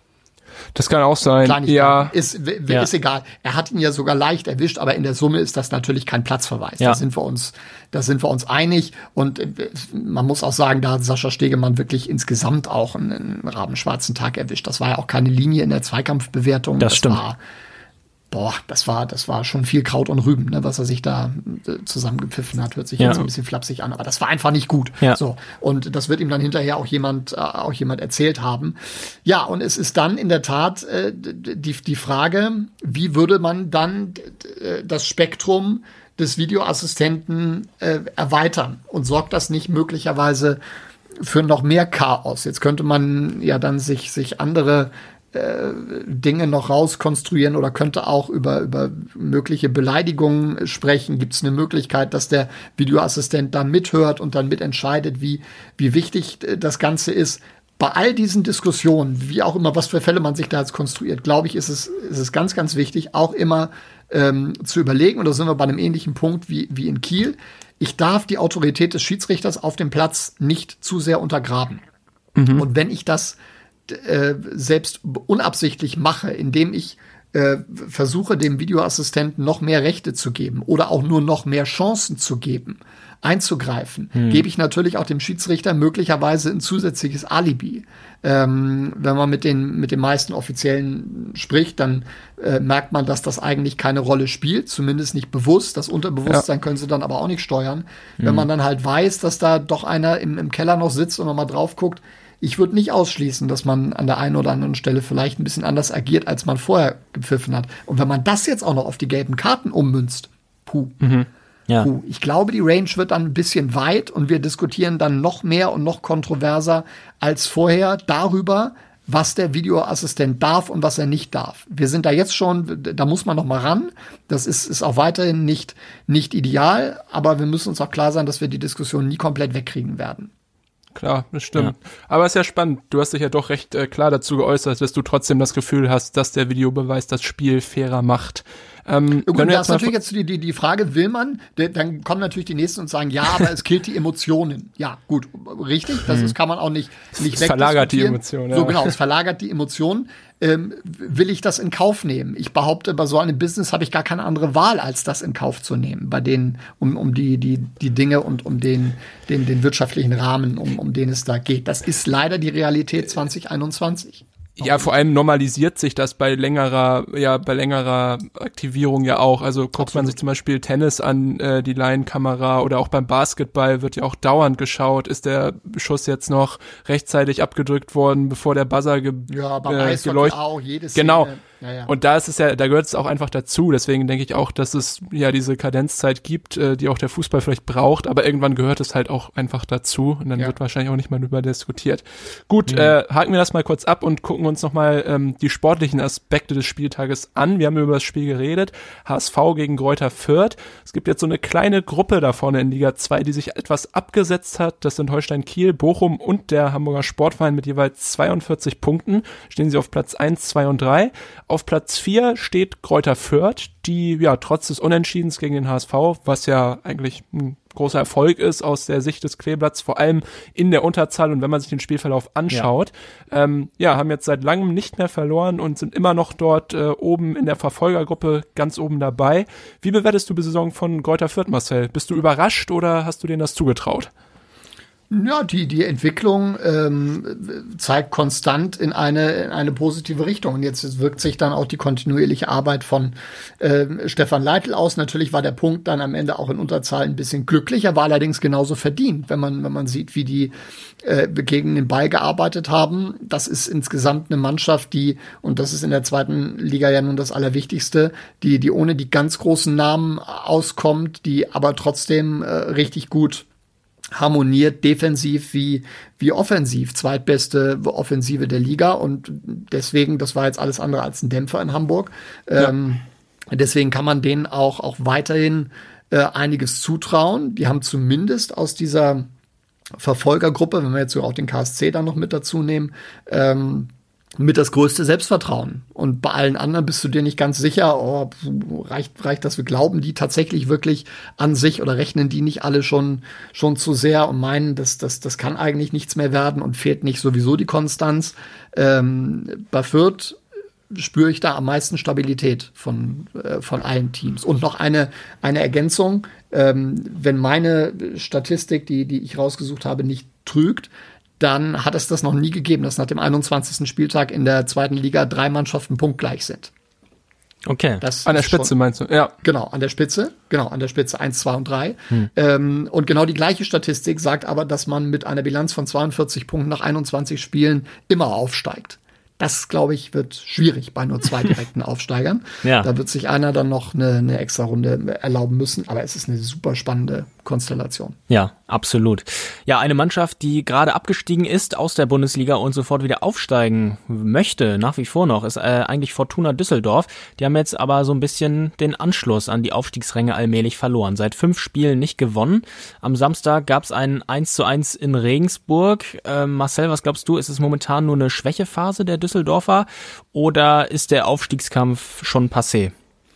Das kann auch sein, ja. Ist, w- ja. ist egal. Er hat ihn ja sogar leicht erwischt, aber in der Summe ist das natürlich kein Platzverweis. Ja. Da sind wir uns, da sind wir uns einig. Und man muss auch sagen, da hat Sascha Stegemann wirklich insgesamt auch einen, einen rabenschwarzen Tag erwischt. Das war ja auch keine Linie in der Zweikampfbewertung. Das, das stimmt. War, boah, das war, das war schon viel Kraut und Rüben, ne, was er sich da äh, zusammengepfiffen hat. Hört sich ja. jetzt ein bisschen flapsig an, aber das war einfach nicht gut. Ja. So. Und das wird ihm dann hinterher auch jemand, äh, auch jemand erzählt haben. Ja, und es ist dann in der Tat äh, die, die Frage, wie würde man dann äh, das Spektrum des Videoassistenten äh, erweitern? Und sorgt das nicht möglicherweise für noch mehr Chaos? Jetzt könnte man ja dann sich, sich andere Äh, Dinge noch rauskonstruieren oder könnte auch über, über mögliche Beleidigungen sprechen. Gibt es eine Möglichkeit, dass der Videoassistent da mithört und dann mitentscheidet, wie, wie wichtig das Ganze ist? Bei all diesen Diskussionen, wie auch immer, was für Fälle man sich da jetzt konstruiert, glaube ich, ist es, ist es ganz, ganz wichtig, auch immer ähm, zu überlegen, und da sind wir bei einem ähnlichen Punkt wie, wie in Kiel, ich darf die Autorität des Schiedsrichters auf dem Platz nicht zu sehr untergraben. Mhm. Und wenn ich das Äh, selbst unabsichtlich mache, indem ich äh, versuche, dem Videoassistenten noch mehr Rechte zu geben oder auch nur noch mehr Chancen zu geben, einzugreifen, hm. gebe ich natürlich auch dem Schiedsrichter möglicherweise ein zusätzliches Alibi. Ähm, wenn man mit den, mit den meisten Offiziellen spricht, dann äh, merkt man, dass das eigentlich keine Rolle spielt, zumindest nicht bewusst. Das Unterbewusstsein ja. können sie dann aber auch nicht steuern. Hm. Wenn man dann halt weiß, dass da doch einer im, im Keller noch sitzt und man mal drauf guckt, ich würde nicht ausschließen, dass man an der einen oder anderen Stelle vielleicht ein bisschen anders agiert, als man vorher gepfiffen hat. Und wenn man das jetzt auch noch auf die gelben Karten ummünzt, puh, mhm. ja. puh. Ich glaube, die Range wird dann ein bisschen weit und wir diskutieren dann noch mehr und noch kontroverser als vorher darüber, was der Videoassistent darf und was er nicht darf. Wir sind da jetzt schon, da muss man noch mal ran. Das ist, ist auch weiterhin nicht, nicht ideal, aber wir müssen uns auch klar sein, dass wir die Diskussion nie komplett wegkriegen werden. Klar, das stimmt. Ja. Aber es ist ja spannend. Du hast dich ja doch recht äh, klar dazu geäußert, dass du trotzdem das Gefühl hast, dass der Videobeweis das Spiel fairer macht. Ähm, Gut, da ist natürlich jetzt die, die, die Frage, will man, de, dann kommen natürlich die Nächsten und sagen, ja, aber es killt die Emotionen. Ja, gut, richtig, das ist, kann man auch nicht, nicht es verlagert die Emotionen. Ja. So genau, es verlagert die Emotionen. Ähm, will ich das in Kauf nehmen? Ich behaupte, bei so einem Business habe ich gar keine andere Wahl, als das in Kauf zu nehmen, bei denen, um, um die, die, die Dinge und um den, den, den wirtschaftlichen Rahmen, um, um den es da geht. Das ist leider die Realität zwanzig einundzwanzig. Ja, vor allem normalisiert sich das bei längerer, ja, bei längerer Aktivierung ja auch. Also guckt Absolut. man sich zum Beispiel Tennis an, äh, die Laienkamera, oder auch beim Basketball wird ja auch dauernd geschaut, ist der Schuss jetzt noch rechtzeitig abgedrückt worden, bevor der Buzzer ge- ja, beim äh, geleuchtet. Auch jede Szene. Genau. Ja, ja. Und da ist es ja, da gehört es auch einfach dazu. Deswegen denke ich auch, dass es ja diese Kadenzzeit gibt, äh, die auch der Fußball vielleicht braucht, aber irgendwann gehört es halt auch einfach dazu und dann ja. wird wahrscheinlich auch nicht mehr darüber diskutiert. Gut, mhm. äh, haken wir das mal kurz ab und gucken uns nochmal ähm, die sportlichen Aspekte des Spieltages an. Wir haben über das Spiel geredet. H S V gegen Greuther Fürth. Es gibt jetzt so eine kleine Gruppe da vorne in Liga zwei, die sich etwas abgesetzt hat. Das sind Holstein Kiel, Bochum und der Hamburger Sportverein mit jeweils zweiundvierzig Punkten. Stehen sie auf Platz eins, zwei und drei. Auf Platz vier steht Greuther Fürth, die ja trotz des Unentschiedens gegen den H S V, was ja eigentlich ein großer Erfolg ist aus der Sicht des Kleeblatts, vor allem in der Unterzahl und wenn man sich den Spielverlauf anschaut. Ja, ähm, ja haben jetzt seit langem nicht mehr verloren und sind immer noch dort äh, oben in der Verfolgergruppe ganz oben dabei. Wie bewertest du die Saison von Greuther Fürth, Marcel? Bist du überrascht oder hast du denen das zugetraut? Ja, die, die Entwicklung ähm, zeigt konstant in eine, in eine positive Richtung. Und jetzt wirkt sich dann auch die kontinuierliche Arbeit von ähm, Stefan Leitl aus. Natürlich war der Punkt dann am Ende auch in Unterzahl ein bisschen glücklicher, war allerdings genauso verdient, wenn man, wenn man sieht, wie die äh, gegen den Ball gearbeitet haben. Das ist insgesamt eine Mannschaft, die, und das ist in der zweiten Liga ja nun das Allerwichtigste, die, die ohne die ganz großen Namen auskommt, die aber trotzdem äh, richtig gut harmoniert, defensiv wie, wie offensiv, zweitbeste Offensive der Liga und deswegen, das war jetzt alles andere als ein Dämpfer in Hamburg. Ja. Ähm, deswegen kann man denen auch, auch weiterhin äh, einiges zutrauen. Die haben zumindest aus dieser Verfolgergruppe, wenn wir jetzt so auch den K S C dann noch mit dazu nehmen, ähm, mit das größte Selbstvertrauen. Und bei allen anderen bist du dir nicht ganz sicher, oh, reicht, reicht das? Wir glauben die tatsächlich wirklich an sich oder rechnen die nicht alle schon, schon zu sehr und meinen, dass das, das kann eigentlich nichts mehr werden und fehlt nicht sowieso die Konstanz. Ähm, bei Fürth spüre ich da am meisten Stabilität von, äh, von allen Teams. Und noch eine, eine Ergänzung, ähm, wenn meine Statistik, die, die ich rausgesucht habe, nicht trügt, dann hat es das noch nie gegeben, dass nach dem einundzwanzigsten Spieltag in der zweiten Liga drei Mannschaften punktgleich sind. Okay. Das an der Spitze schon, meinst du? Ja. Genau, an der Spitze. Genau, an der Spitze eins, zwei und drei. Hm. Ähm, und genau die gleiche Statistik sagt aber, dass man mit einer Bilanz von zweiundvierzig Punkten nach einundzwanzig Spielen immer aufsteigt. Das, glaube ich, wird schwierig bei nur zwei direkten Aufsteigern. Ja. Da wird sich einer dann noch eine, eine extra Runde erlauben müssen. Aber es ist eine super spannende Konstellation. Ja, absolut. Ja, eine Mannschaft, die gerade abgestiegen ist aus der Bundesliga und sofort wieder aufsteigen möchte, nach wie vor noch, ist äh, eigentlich Fortuna Düsseldorf. Die haben jetzt aber so ein bisschen den Anschluss an die Aufstiegsränge allmählich verloren. Seit fünf Spielen nicht gewonnen. Am Samstag gab es ein eins zu eins in Regensburg. Äh, Marcel, was glaubst du, ist es momentan nur eine Schwächephase der Düsseldorfer oder ist der Aufstiegskampf schon passé?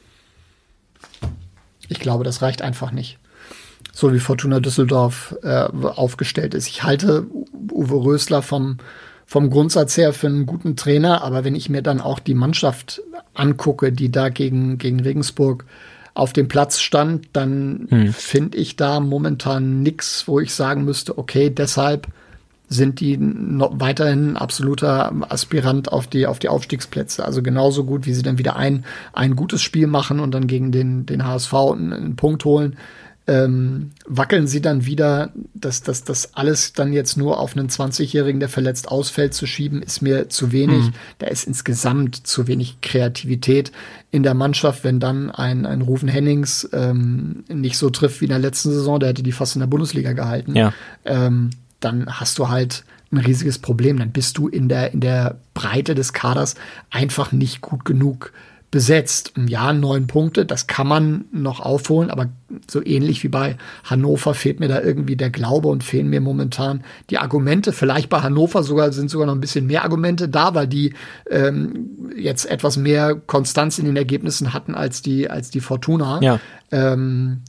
Ich glaube, das reicht einfach nicht. So wie Fortuna Düsseldorf äh, aufgestellt ist. Ich halte Uwe Rösler vom, vom Grundsatz her für einen guten Trainer, aber wenn ich mir dann auch die Mannschaft angucke, die da gegen, gegen Regensburg auf dem Platz stand, dann hm. finde ich da momentan nix, wo ich sagen müsste, okay, deshalb sind die noch weiterhin ein absoluter Aspirant auf die, auf die Aufstiegsplätze. Also genauso gut, wie sie dann wieder ein, ein gutes Spiel machen und dann gegen den, den H S V einen, einen Punkt holen. Ähm, wackeln sie dann wieder, dass das das alles dann jetzt nur auf einen zwanzigjährigen, der verletzt ausfällt, zu schieben, ist mir zu wenig. Mhm. Da ist insgesamt zu wenig Kreativität in der Mannschaft, wenn dann ein, ein Rufen Hennings ähm, nicht so trifft wie in der letzten Saison, der hätte die fast in der Bundesliga gehalten. Ja. Ähm, dann hast du halt ein riesiges Problem. Dann bist du in der, in der Breite des Kaders einfach nicht gut genug besetzt. Im Jahr neun Punkte, das kann man noch aufholen, aber so ähnlich wie bei Hannover fehlt mir da irgendwie der Glaube und fehlen mir momentan die Argumente. Vielleicht bei Hannover sogar sind sogar noch ein bisschen mehr Argumente da, weil die ähm, jetzt etwas mehr Konstanz in den Ergebnissen hatten als die als die Fortuna. Ja. Ähm,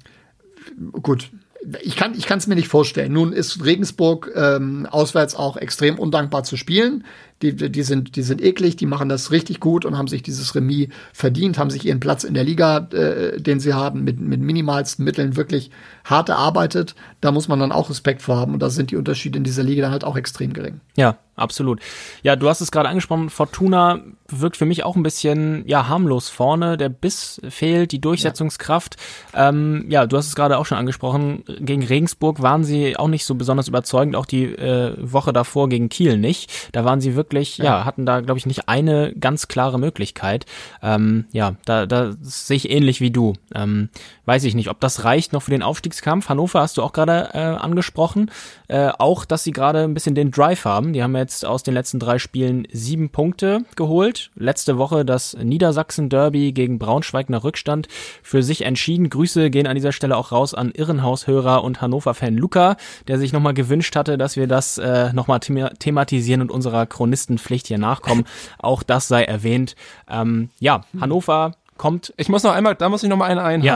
gut. Ich kann ich kann es mir nicht vorstellen. Nun ist Regensburg ähm, auswärts auch extrem undankbar zu spielen. Die, die sind die sind eklig, die machen das richtig gut und haben sich dieses Remis verdient, haben sich ihren Platz in der Liga, äh, den sie haben, mit mit minimalsten Mitteln wirklich hart erarbeitet. Da muss man dann auch Respekt vor haben und da sind die Unterschiede in dieser Liga dann halt auch extrem gering. Ja, absolut. Ja, du hast es gerade angesprochen, Fortuna wirkt für mich auch ein bisschen ja harmlos vorne, der Biss fehlt, die Durchsetzungskraft. Ja, ähm, ja du hast es gerade auch schon angesprochen, gegen Regensburg waren sie auch nicht so besonders überzeugend, auch die äh, Woche davor gegen Kiel nicht. Da waren sie wirklich, ja, ja hatten da, glaube ich, nicht eine ganz klare Möglichkeit. Ähm, ja, da, da sehe ich ähnlich wie du. Ähm, weiß ich nicht, ob das reicht noch für den Aufstiegskampf. Hannover hast du auch gerade äh, angesprochen. Äh, auch, dass sie gerade ein bisschen den Drive haben. Die haben jetzt aus den letzten drei Spielen sieben Punkte geholt. Letzte Woche das Niedersachsen-Derby gegen Braunschweig nach Rückstand für sich entschieden. Grüße gehen an dieser Stelle auch raus an Irrenhaus-Hörer und Hannover-Fan Luca, der sich nochmal gewünscht hatte, dass wir das äh, nochmal thema- thematisieren und unserer Chronistenpflicht hier nachkommen. Auch das sei erwähnt. Ähm, ja, Hannover kommt. Ich muss noch einmal, da muss ich noch mal einen einhaken.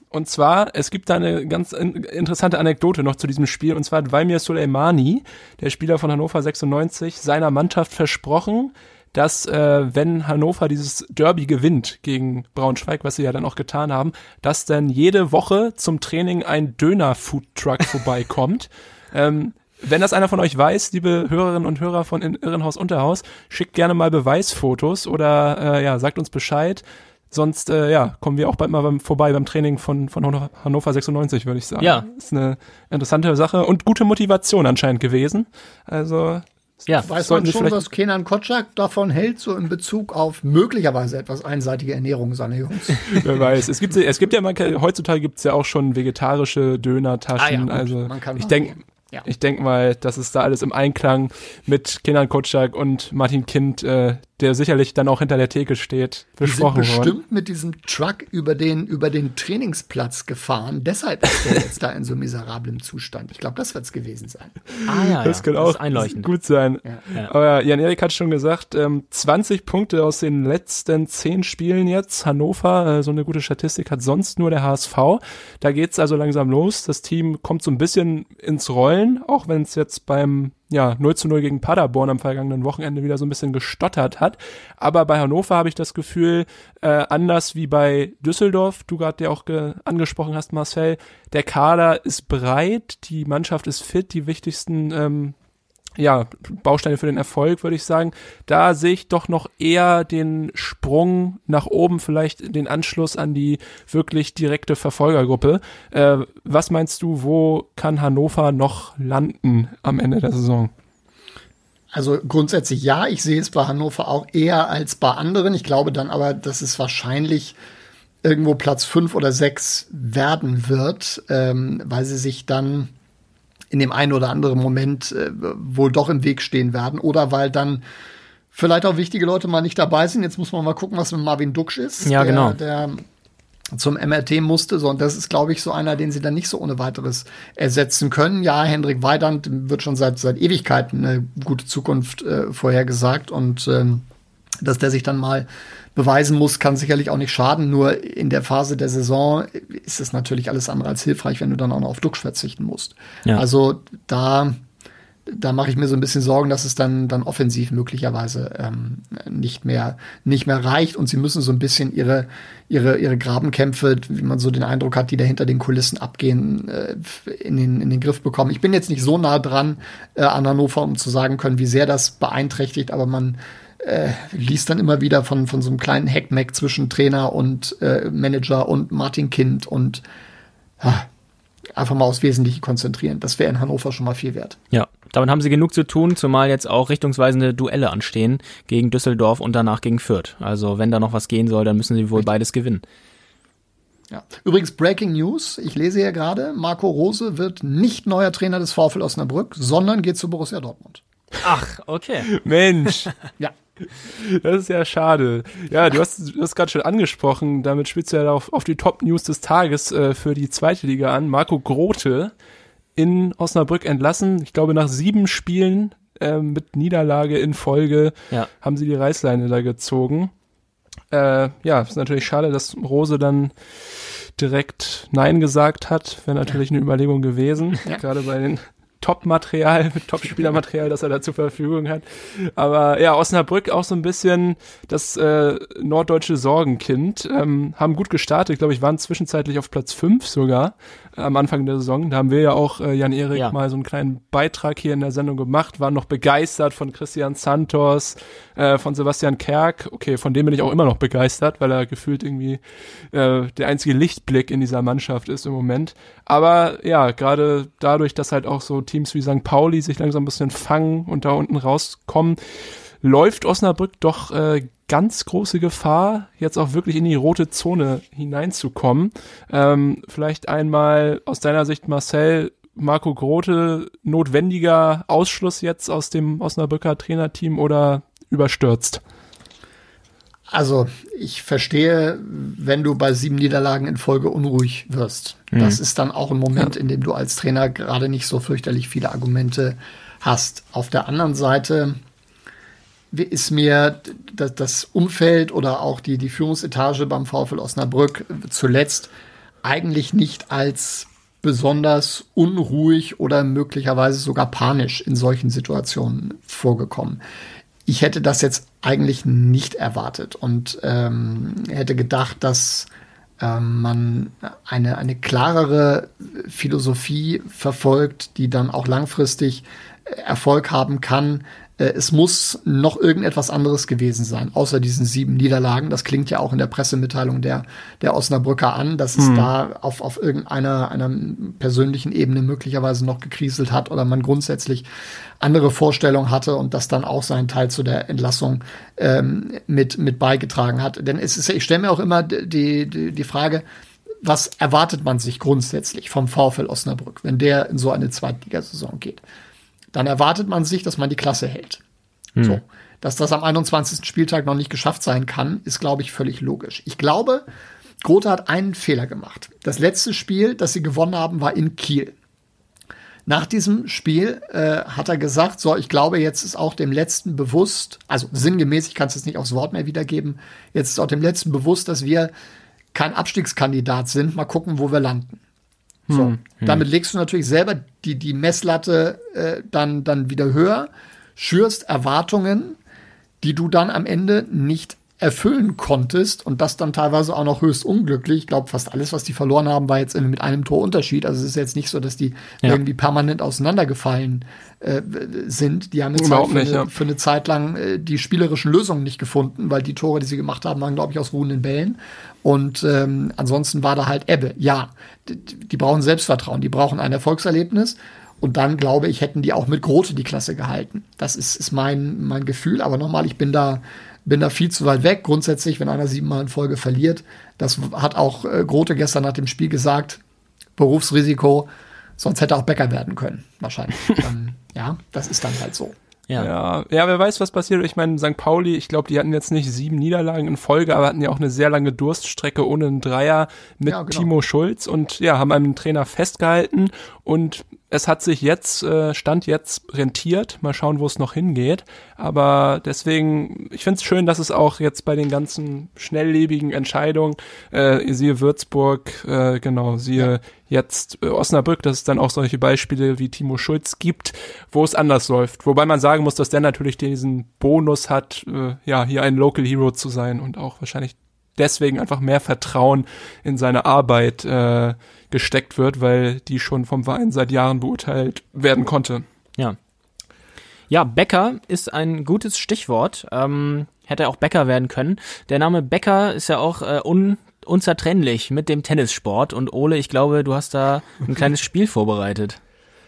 Und zwar, es gibt da eine ganz in- interessante Anekdote noch zu diesem Spiel. Und zwar hat Valmir Soleimani, der Spieler von Hannover sechsundneunzig, seiner Mannschaft versprochen, dass äh, wenn Hannover dieses Derby gewinnt gegen Braunschweig, was sie ja dann auch getan haben, dass dann jede Woche zum Training ein Döner-Food-Truck vorbeikommt. ähm, Wenn das einer von euch weiß, liebe Hörerinnen und Hörer von Irrenhaus Unterhaus, schickt gerne mal Beweisfotos oder äh, ja, sagt uns Bescheid. Sonst äh, ja, kommen wir auch bald mal beim, vorbei beim Training von, von Hannover sechsundneunzig, würde ich sagen. Ja. Ist eine interessante Sache und gute Motivation anscheinend gewesen. Also ja, weiß man schon, was Kenan Kotschak davon hält, so in Bezug auf möglicherweise etwas einseitige Ernährung seiner Jungs. Wer weiß. Es gibt, es gibt ja mal, heutzutage gibt es ja auch schon vegetarische Dönertaschen. Ah ja, also man kann ich denke, ja. ich denke mal, das ist da alles im Einklang mit Kenan Kotschak und Martin Kind, äh, der sicherlich dann auch hinter der Theke steht, besprochen Die sind worden. bestimmt mit diesem Truck über den, über den Trainingsplatz gefahren. Deshalb ist der jetzt da in so miserablem Zustand. Ich glaube, das wird es gewesen sein. Ah ja, das ja. kann Das auch ist einleuchtend. gut sein. Ja. Ja. Aber Jan-Erik hat schon gesagt, ähm, zwanzig Punkte aus den letzten zehn Spielen jetzt. Hannover, äh, so eine gute Statistik hat sonst nur der H S V. Da geht's also langsam los. Das Team kommt so ein bisschen ins Rollen, auch wenn es jetzt beim ja, null zu null gegen Paderborn am vergangenen Wochenende wieder so ein bisschen gestottert hat. Aber bei Hannover habe ich das Gefühl, äh, anders wie bei Düsseldorf, du gerade ja auch ge- angesprochen hast, Marcel, der Kader ist breit, die Mannschaft ist fit, die wichtigsten ähm, ja, Bausteine für den Erfolg, würde ich sagen. Da sehe ich doch noch eher den Sprung nach oben, vielleicht den Anschluss an die wirklich direkte Verfolgergruppe. Äh, was meinst du, wo kann Hannover noch landen am Ende der Saison? Also grundsätzlich ja, ich sehe es bei Hannover auch eher als bei anderen. Ich glaube dann aber, dass es wahrscheinlich irgendwo Platz fünf oder sechs werden wird, ähm, weil sie sich dann in dem einen oder anderen Moment äh, wohl doch im Weg stehen werden oder weil dann vielleicht auch wichtige Leute mal nicht dabei sind. Jetzt muss man mal gucken, was mit Marvin Duksch ist, ja, der, genau. der zum M R T musste. So, und das ist, glaube ich, so einer, den sie dann nicht so ohne weiteres ersetzen können. Ja, Hendrik Weidand wird schon seit seit Ewigkeiten eine gute Zukunft äh, vorhergesagt und ähm, dass der sich dann mal beweisen muss, kann sicherlich auch nicht schaden. Nur in der Phase der Saison ist es natürlich alles andere als hilfreich, wenn du dann auch noch auf Duksch verzichten musst. Ja. Also da, da mache ich mir so ein bisschen Sorgen, dass es dann, dann offensiv möglicherweise ähm, nicht mehr, nicht mehr reicht. Und sie müssen so ein bisschen ihre, ihre, ihre Grabenkämpfe, wie man so den Eindruck hat, die da hinter den Kulissen abgehen, äh, in den, in den Griff bekommen. Ich bin jetzt nicht so nah dran äh, an Hannover, um zu sagen können, wie sehr das beeinträchtigt, aber man Äh, liest dann immer wieder von, von so einem kleinen Hackmack zwischen Trainer und äh, Manager und Martin Kind und ja, einfach mal aufs Wesentliche konzentrieren. Das wäre in Hannover schon mal viel wert. Ja, damit haben sie genug zu tun, zumal jetzt auch richtungsweisende Duelle anstehen gegen Düsseldorf und danach gegen Fürth. Also wenn da noch was gehen soll, dann müssen sie wohl beides gewinnen. Ja. Übrigens Breaking News, ich lese hier gerade, Marco Rose wird nicht neuer Trainer des VfL Osnabrück, sondern geht zu Borussia Dortmund. Ach, okay. Mensch. Ja. Das ist ja schade. Ja, du hast du hast gerade schon angesprochen, damit spielst du ja auf, auf die Top-News des Tages äh, für die zweite Liga an. Marco Grote in Osnabrück entlassen. Ich glaube, nach sieben Spielen äh, mit Niederlage in Folge ja. haben sie die Reißleine da gezogen. Äh, ja, ist natürlich schade, dass Rose dann direkt Nein gesagt hat. Wäre natürlich eine Überlegung gewesen, ja. Gerade bei den Top-Material, Top-Spielermaterial, das er da zur Verfügung hat. Aber ja, Osnabrück auch so ein bisschen das äh, norddeutsche Sorgenkind. Ähm, haben gut gestartet, glaube ich, waren zwischenzeitlich auf Platz fünf sogar äh, am Anfang der Saison. Da haben wir ja auch, äh, Jan-Erik, ja. mal so einen kleinen Beitrag hier in der Sendung gemacht, waren noch begeistert von Christian Santos, äh, von Sebastian Kerk. Okay, von dem bin ich auch immer noch begeistert, weil er gefühlt irgendwie äh, der einzige Lichtblick in dieser Mannschaft ist im Moment. Aber ja, gerade dadurch, dass halt auch so Teams wie Sankt Pauli sich langsam ein bisschen fangen und da unten rauskommen, läuft Osnabrück doch äh, ganz große Gefahr, jetzt auch wirklich in die rote Zone hineinzukommen. Ähm, vielleicht einmal aus deiner Sicht, Marcel, Marco Grote, notwendiger Ausschluss jetzt aus dem Osnabrücker Trainerteam oder überstürzt? Also, ich verstehe, wenn du bei sieben Niederlagen in Folge unruhig wirst. Mhm. Das ist dann auch ein Moment, ja. in dem du als Trainer gerade nicht so fürchterlich viele Argumente hast. Auf der anderen Seite ist mir das Umfeld oder auch die, die Führungsetage beim VfL Osnabrück zuletzt eigentlich nicht als besonders unruhig oder möglicherweise sogar panisch in solchen Situationen vorgekommen. Ich hätte das jetzt eigentlich nicht erwartet und ähm, hätte gedacht, dass ähm, man eine, eine klarere Philosophie verfolgt, die dann auch langfristig Erfolg haben kann. Es muss noch irgendetwas anderes gewesen sein, außer diesen sieben Niederlagen. Das klingt ja auch in der Pressemitteilung der, der Osnabrücker an, dass es mhm. da auf, auf irgendeiner einer persönlichen Ebene möglicherweise noch gekriselt hat oder man grundsätzlich andere Vorstellungen hatte und das dann auch seinen Teil zu der Entlassung ähm, mit, mit beigetragen hat. Denn es ist, ich stelle mir auch immer die, die, die Frage, was erwartet man sich grundsätzlich vom VfL Osnabrück, wenn der in so eine Zweitligasaison geht? Dann erwartet man sich, dass man die Klasse hält. Hm. So. Dass das am einundzwanzigsten Spieltag noch nicht geschafft sein kann, ist, glaube ich, völlig logisch. Ich glaube, Grote hat einen Fehler gemacht. Das letzte Spiel, das sie gewonnen haben, war in Kiel. Nach diesem Spiel äh, hat er gesagt, so, ich glaube, jetzt ist auch dem Letzten bewusst, also sinngemäß, ich kann es jetzt nicht aufs Wort mehr wiedergeben, jetzt ist auch dem Letzten bewusst, dass wir kein Abstiegskandidat sind. Mal gucken, wo wir landen. So, hm, hm. Damit legst du natürlich selber die, die Messlatte äh, dann, dann wieder höher, schürst Erwartungen, die du dann am Ende nicht erfüllen konntest und das dann teilweise auch noch höchst unglücklich. Ich glaube, fast alles, was die verloren haben, war jetzt mit einem Torunterschied. Also es ist jetzt nicht so, dass die ja. irgendwie permanent auseinandergefallen äh, sind. Die haben jetzt halt für, nicht, eine, ja. für eine Zeit lang äh, die spielerischen Lösungen nicht gefunden, weil die Tore, die sie gemacht haben, waren, glaube ich, aus ruhenden Bällen. Und ähm, ansonsten war da halt Ebbe. Ja, die, die brauchen Selbstvertrauen, die brauchen ein Erfolgserlebnis. Und dann, glaube ich, hätten die auch mit Grote die Klasse gehalten. Das ist, ist mein, mein Gefühl. Aber nochmal, ich bin da bin da viel zu weit weg. Grundsätzlich, wenn einer siebenmal in Folge verliert, das hat auch äh, Grote gestern nach dem Spiel gesagt, Berufsrisiko, sonst hätte auch Becker werden können, wahrscheinlich. ähm, ja, das ist dann halt so. Ja. ja, ja, wer weiß, was passiert. Ich meine, Sankt Pauli, ich glaube, die hatten jetzt nicht sieben Niederlagen in Folge, aber hatten ja auch eine sehr lange Durststrecke ohne einen Dreier mit ja, genau. Timo Schulz und ja, haben einen Trainer festgehalten und es hat sich jetzt, äh, Stand jetzt rentiert. Mal schauen, wo es noch hingeht. Aber deswegen, ich finde es schön, dass es auch jetzt bei den ganzen schnelllebigen Entscheidungen, äh, siehe Würzburg, äh, genau, siehe ja. jetzt äh, Osnabrück, dass es dann auch solche Beispiele wie Timo Schulz gibt, wo es anders läuft. Wobei man sagen muss, dass der natürlich diesen Bonus hat, äh, ja, hier ein Local Hero zu sein und auch wahrscheinlich deswegen einfach mehr Vertrauen in seine Arbeit äh, gesteckt wird, weil die schon vom Verein seit Jahren beurteilt werden konnte. Ja. Ja, Becker ist ein gutes Stichwort. Ähm, hätte auch Becker werden können. Der Name Becker ist ja auch äh, un, unzertrennlich mit dem Tennissport. Und Ole, ich glaube, du hast da ein kleines Spiel vorbereitet.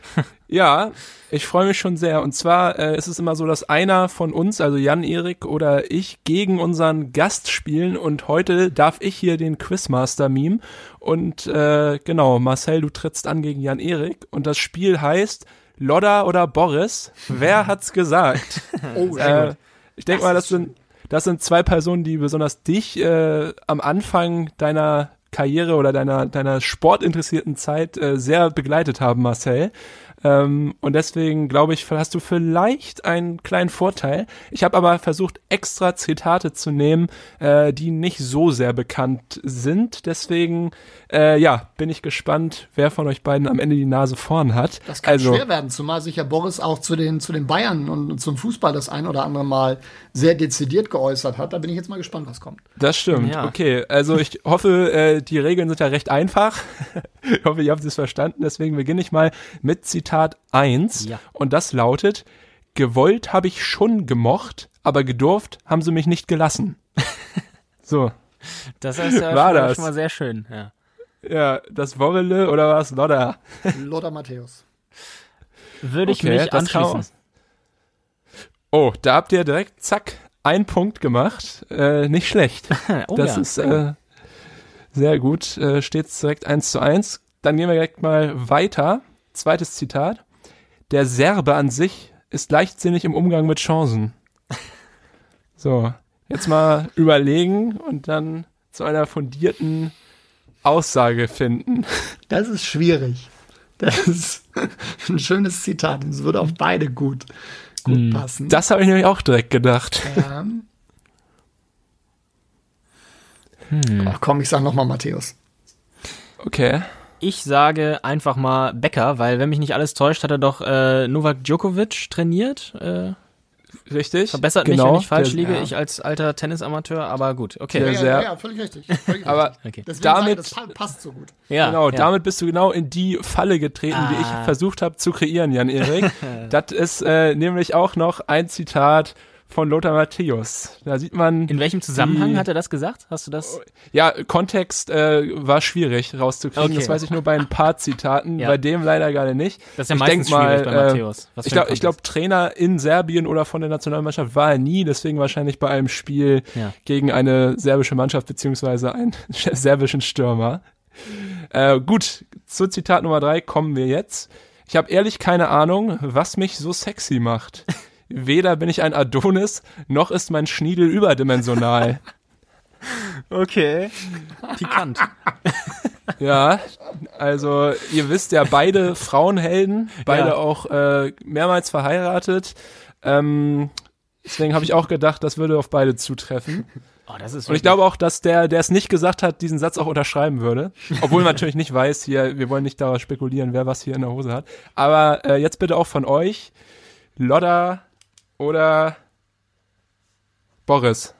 Ja, ich freue mich schon sehr. Und zwar äh, ist es immer so, dass einer von uns, also Jan, Erik oder ich, gegen unseren Gast spielen. Und heute darf ich hier den Quizmaster mimen. Und äh, genau, Marcel, du trittst an gegen Jan, Erik. Und das Spiel heißt Lodder oder Boris. Wer hat's gesagt? Oh, äh, ich denke mal, das sind, das sind zwei Personen, die besonders dich äh, am Anfang deiner Karriere oder deiner deiner sportinteressierten Zeit äh, sehr begleitet haben, Marcel. Ähm, und deswegen glaube ich, hast du vielleicht einen kleinen Vorteil. Ich habe aber versucht, extra Zitate zu nehmen, äh, die nicht so sehr bekannt sind. Deswegen, äh, ja, bin ich gespannt, wer von euch beiden am Ende die Nase vorn hat. Das kann also, schwer werden, zumal sich ja Boris auch zu den, zu den Bayern und zum Fußball das ein oder andere Mal sehr dezidiert geäußert hat. Da bin ich jetzt mal gespannt, was kommt. Das stimmt, ja. Okay. Also ich hoffe, äh, die Regeln sind ja recht einfach. Ich hoffe, ihr habt es verstanden. Deswegen beginne ich mal mit Zitat eins. Ja. Und das lautet: Gewollt habe ich schon gemocht, aber gedurft haben sie mich nicht gelassen. So. Das ist ja war schon, das? schon mal sehr schön. Ja, ja, das Worrele oder was? Lodder? Lothar Matthäus. Würde ich okay, mich anschließen. Oh, da habt ihr direkt, zack, einen Punkt gemacht. Äh, nicht schlecht. oh, das ja. ist äh, sehr gut. Äh, steht's direkt eins zu eins. Dann gehen wir direkt mal weiter. Zweites Zitat. Der Serbe an sich ist leichtsinnig im Umgang mit Chancen. So, jetzt mal überlegen und dann zu einer fundierten Aussage finden. Das ist schwierig. Das ist ein schönes Zitat. Das würde auf beide gut, gut hm. passen. Das habe ich nämlich auch direkt gedacht. Ja. Hm. Ach komm, ich sag nochmal Matthäus. Okay. Ich sage einfach mal Becker, weil wenn mich nicht alles täuscht, hat er doch äh, Novak Djokovic trainiert. Äh, Richtig. Verbessert genau, mich, wenn ich falsch der, liege, ja. ich als alter Tennisamateur, aber gut, okay. Der Ja, sehr- ja, ja, völlig richtig. Völlig Aber richtig. Deswegen damit- sage ich, das passt so gut. Ja, genau, ja. damit bist du genau in die Falle getreten, Ah. die ich versucht habe zu kreieren, Jan-Erik. Das ist äh, nämlich auch noch ein Zitat von Lothar Matthäus. Da sieht man... In welchem Zusammenhang die, hat er das gesagt? Hast du das? Ja, Kontext äh, war schwierig rauszukriegen. Okay. Das weiß ich nur bei ein paar Zitaten, Ja. bei dem leider gerade nicht. Das ist ja ich meistens denk mal, schwierig bei äh, Matthäus. Was Ich für ein glaube, ich glaub, Trainer in Serbien oder von der Nationalmannschaft war er nie, deswegen wahrscheinlich bei einem Spiel Ja. gegen eine serbische Mannschaft beziehungsweise einen serbischen Stürmer. Äh, gut, zu Zitat Nummer drei kommen wir jetzt. Ich habe ehrlich keine Ahnung, was mich so sexy macht. Weder bin ich ein Adonis, noch ist mein Schniedel überdimensional. Okay. Pikant. Ja, also ihr wisst ja, beide Frauenhelden, beide Ja. auch äh, mehrmals verheiratet. Ähm, deswegen habe ich auch gedacht, das würde auf beide zutreffen. Oh, das ist Und ich glaube auch, dass der, der es nicht gesagt hat, diesen Satz auch unterschreiben würde. Obwohl man natürlich nicht weiß, hier, wir wollen nicht darauf spekulieren, wer was hier in der Hose hat. Aber äh, jetzt bitte auch von euch, Lodda oder Boris.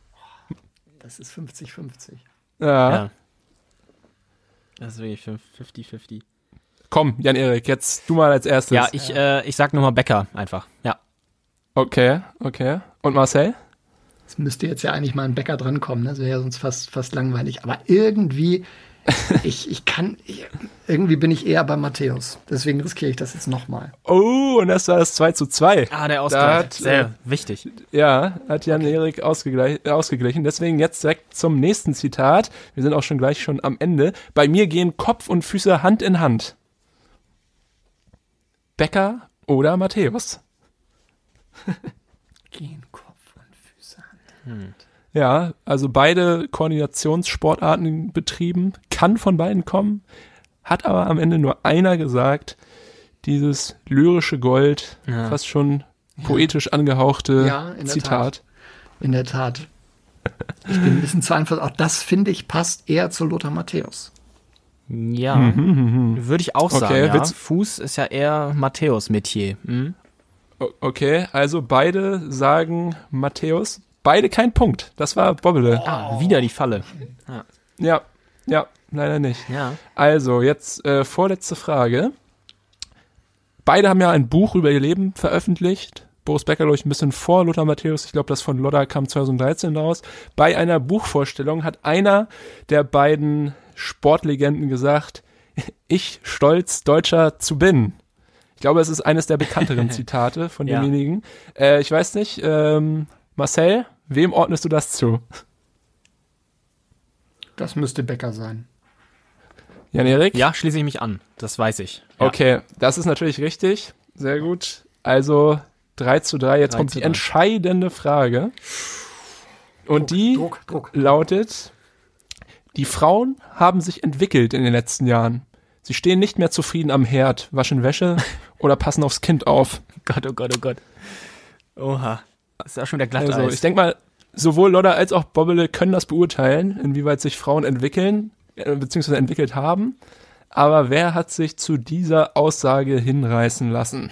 Das ist fünfzig fünfzig. Ja. Ja. Das ist wirklich fünfzig fünfzig. Komm, Jan-Erik, jetzt du mal als erstes. Ja, ich, äh, ich sag nochmal Becker einfach. Ja. Okay, okay. Und Marcel? Es müsste jetzt ja eigentlich mal ein Bäcker drankommen, ne? Das wäre ja sonst fast, fast langweilig. Aber irgendwie, ich, ich kann, ich, irgendwie bin ich eher bei Matthäus. Deswegen riskiere ich das jetzt nochmal. Oh, und das war das zwei zu zwei. Ah, der Da Ausgleich. hat, Sehr äh, wichtig. Ja, hat Jan-Erik ausgegleich, äh, ausgeglichen. Deswegen jetzt direkt zum nächsten Zitat. Wir sind auch schon gleich schon am Ende. Bei mir gehen Kopf und Füße Hand in Hand. Becker oder Matthäus? Gehen Kopf und Füße an. Hm. Ja, also beide Koordinationssportarten betrieben. Kann von beiden kommen. Hat aber am Ende nur einer gesagt, dieses lyrische Gold, Ja. fast schon poetisch angehauchte Ja, in der Zitat. Tat. In der Tat. Ich bin ein bisschen zweifelhaft. Auch das, finde ich, passt eher zu Lothar Matthäus. Ja, Mhm, würde ich auch sagen. Okay, Ja. willst- Fuß ist ja eher Matthäus-Metier. Hm? O- Okay, also beide sagen Matthäus. Beide kein Punkt. Das war Bobbele. Ah, wieder die Falle. Ja. Ja, ja, leider nicht. Ja. Also, jetzt äh, vorletzte Frage. Beide haben ja ein Buch über ihr Leben veröffentlicht. Boris Becker, glaube ich, ein bisschen vor Lothar Matthäus. Ich glaube, das von Lodda kam zwanzig dreizehn raus. Bei einer Buchvorstellung hat einer der beiden Sportlegenden gesagt, ich stolz Deutscher zu bin. Ich glaube, es ist eines der bekannteren Zitate von Ja. demjenigen. Äh, ich weiß nicht, ähm, Marcel, wem ordnest du das zu? Das müsste Bäcker sein. Jan-Erik? Ja, schließe ich mich an. Das weiß ich. Ja. Okay, das ist natürlich richtig. Sehr gut. Also drei zu drei. Jetzt drei kommt zu die drei. entscheidende Frage. Und die Druck, Druck. lautet, die Frauen haben sich entwickelt in den letzten Jahren. Sie stehen nicht mehr zufrieden am Herd, waschen Wäsche oder passen aufs Kind auf. Gott, oh Gott, oh Gott. Oha. Das ist ja schon der Glatteis. Also ich denke mal, sowohl Lodda als auch Bobbele können das beurteilen, inwieweit sich Frauen entwickeln, äh, beziehungsweise entwickelt haben. Aber wer hat sich zu dieser Aussage hinreißen lassen?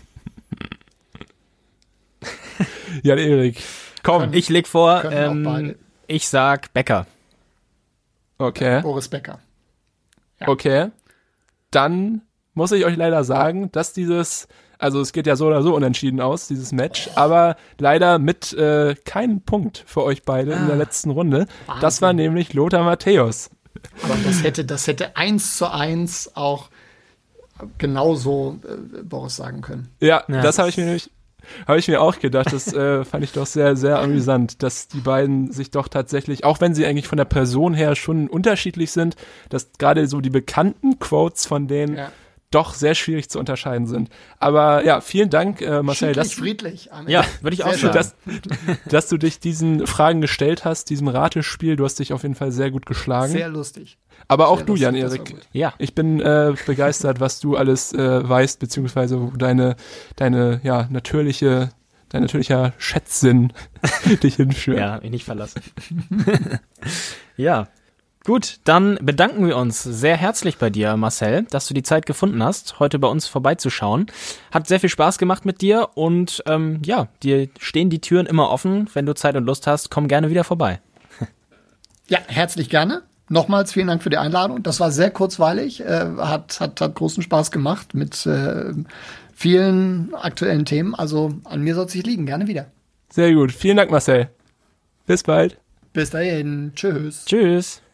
Jan Erik, komm. ich leg vor, Können auch ähm, beide. ich sag Becker. Okay, Boris Becker. Ja. okay. Dann muss ich euch leider sagen, dass dieses, also es geht ja so oder so unentschieden aus, dieses Match, aber leider mit äh, keinem Punkt für euch beide in der letzten Runde. Das war nämlich Lothar Matthäus. Aber das hätte, das hätte eins zu eins auch genauso äh, Boris sagen können. Ja, Ja. das habe ich mir nämlich, habe ich mir auch gedacht. Das äh, fand ich doch sehr, sehr amüsant, dass die beiden sich doch tatsächlich, auch wenn sie eigentlich von der Person her schon unterschiedlich sind, dass gerade so die bekannten Quotes von denen Ja. doch sehr schwierig zu unterscheiden sind. Aber ja, vielen Dank, äh, Marcel, Schiedlich, dass, friedlich. am Ja, Ende. würde ich auch Sehr sagen. schön. dass, dass du dich diesen Fragen gestellt hast, diesem Ratespiel. Du hast dich auf jeden Fall sehr gut geschlagen. Sehr lustig. Aber auch sehr du, lustig, das war Jan-Erik. gut. Ja. Ich bin äh, begeistert, was du alles äh, weißt, beziehungsweise wo deine, deine, ja, natürliche, dein natürlicher Schätzsinn dich hinführt. Ja, mich nicht verlassen. Ja. Gut, dann bedanken wir uns sehr herzlich bei dir, Marcel, dass du die Zeit gefunden hast, heute bei uns vorbeizuschauen. Hat sehr viel Spaß gemacht mit dir und ähm, ja, dir stehen die Türen immer offen. Wenn du Zeit und Lust hast, komm gerne wieder vorbei. Ja, herzlich gerne. Nochmals vielen Dank für die Einladung. Das war sehr kurzweilig, äh, hat, hat, hat großen Spaß gemacht mit äh, vielen aktuellen Themen. Also an mir soll es nicht liegen. Gerne wieder. Sehr gut. Vielen Dank, Marcel. Bis bald. Bis dahin. Tschüss. Tschüss.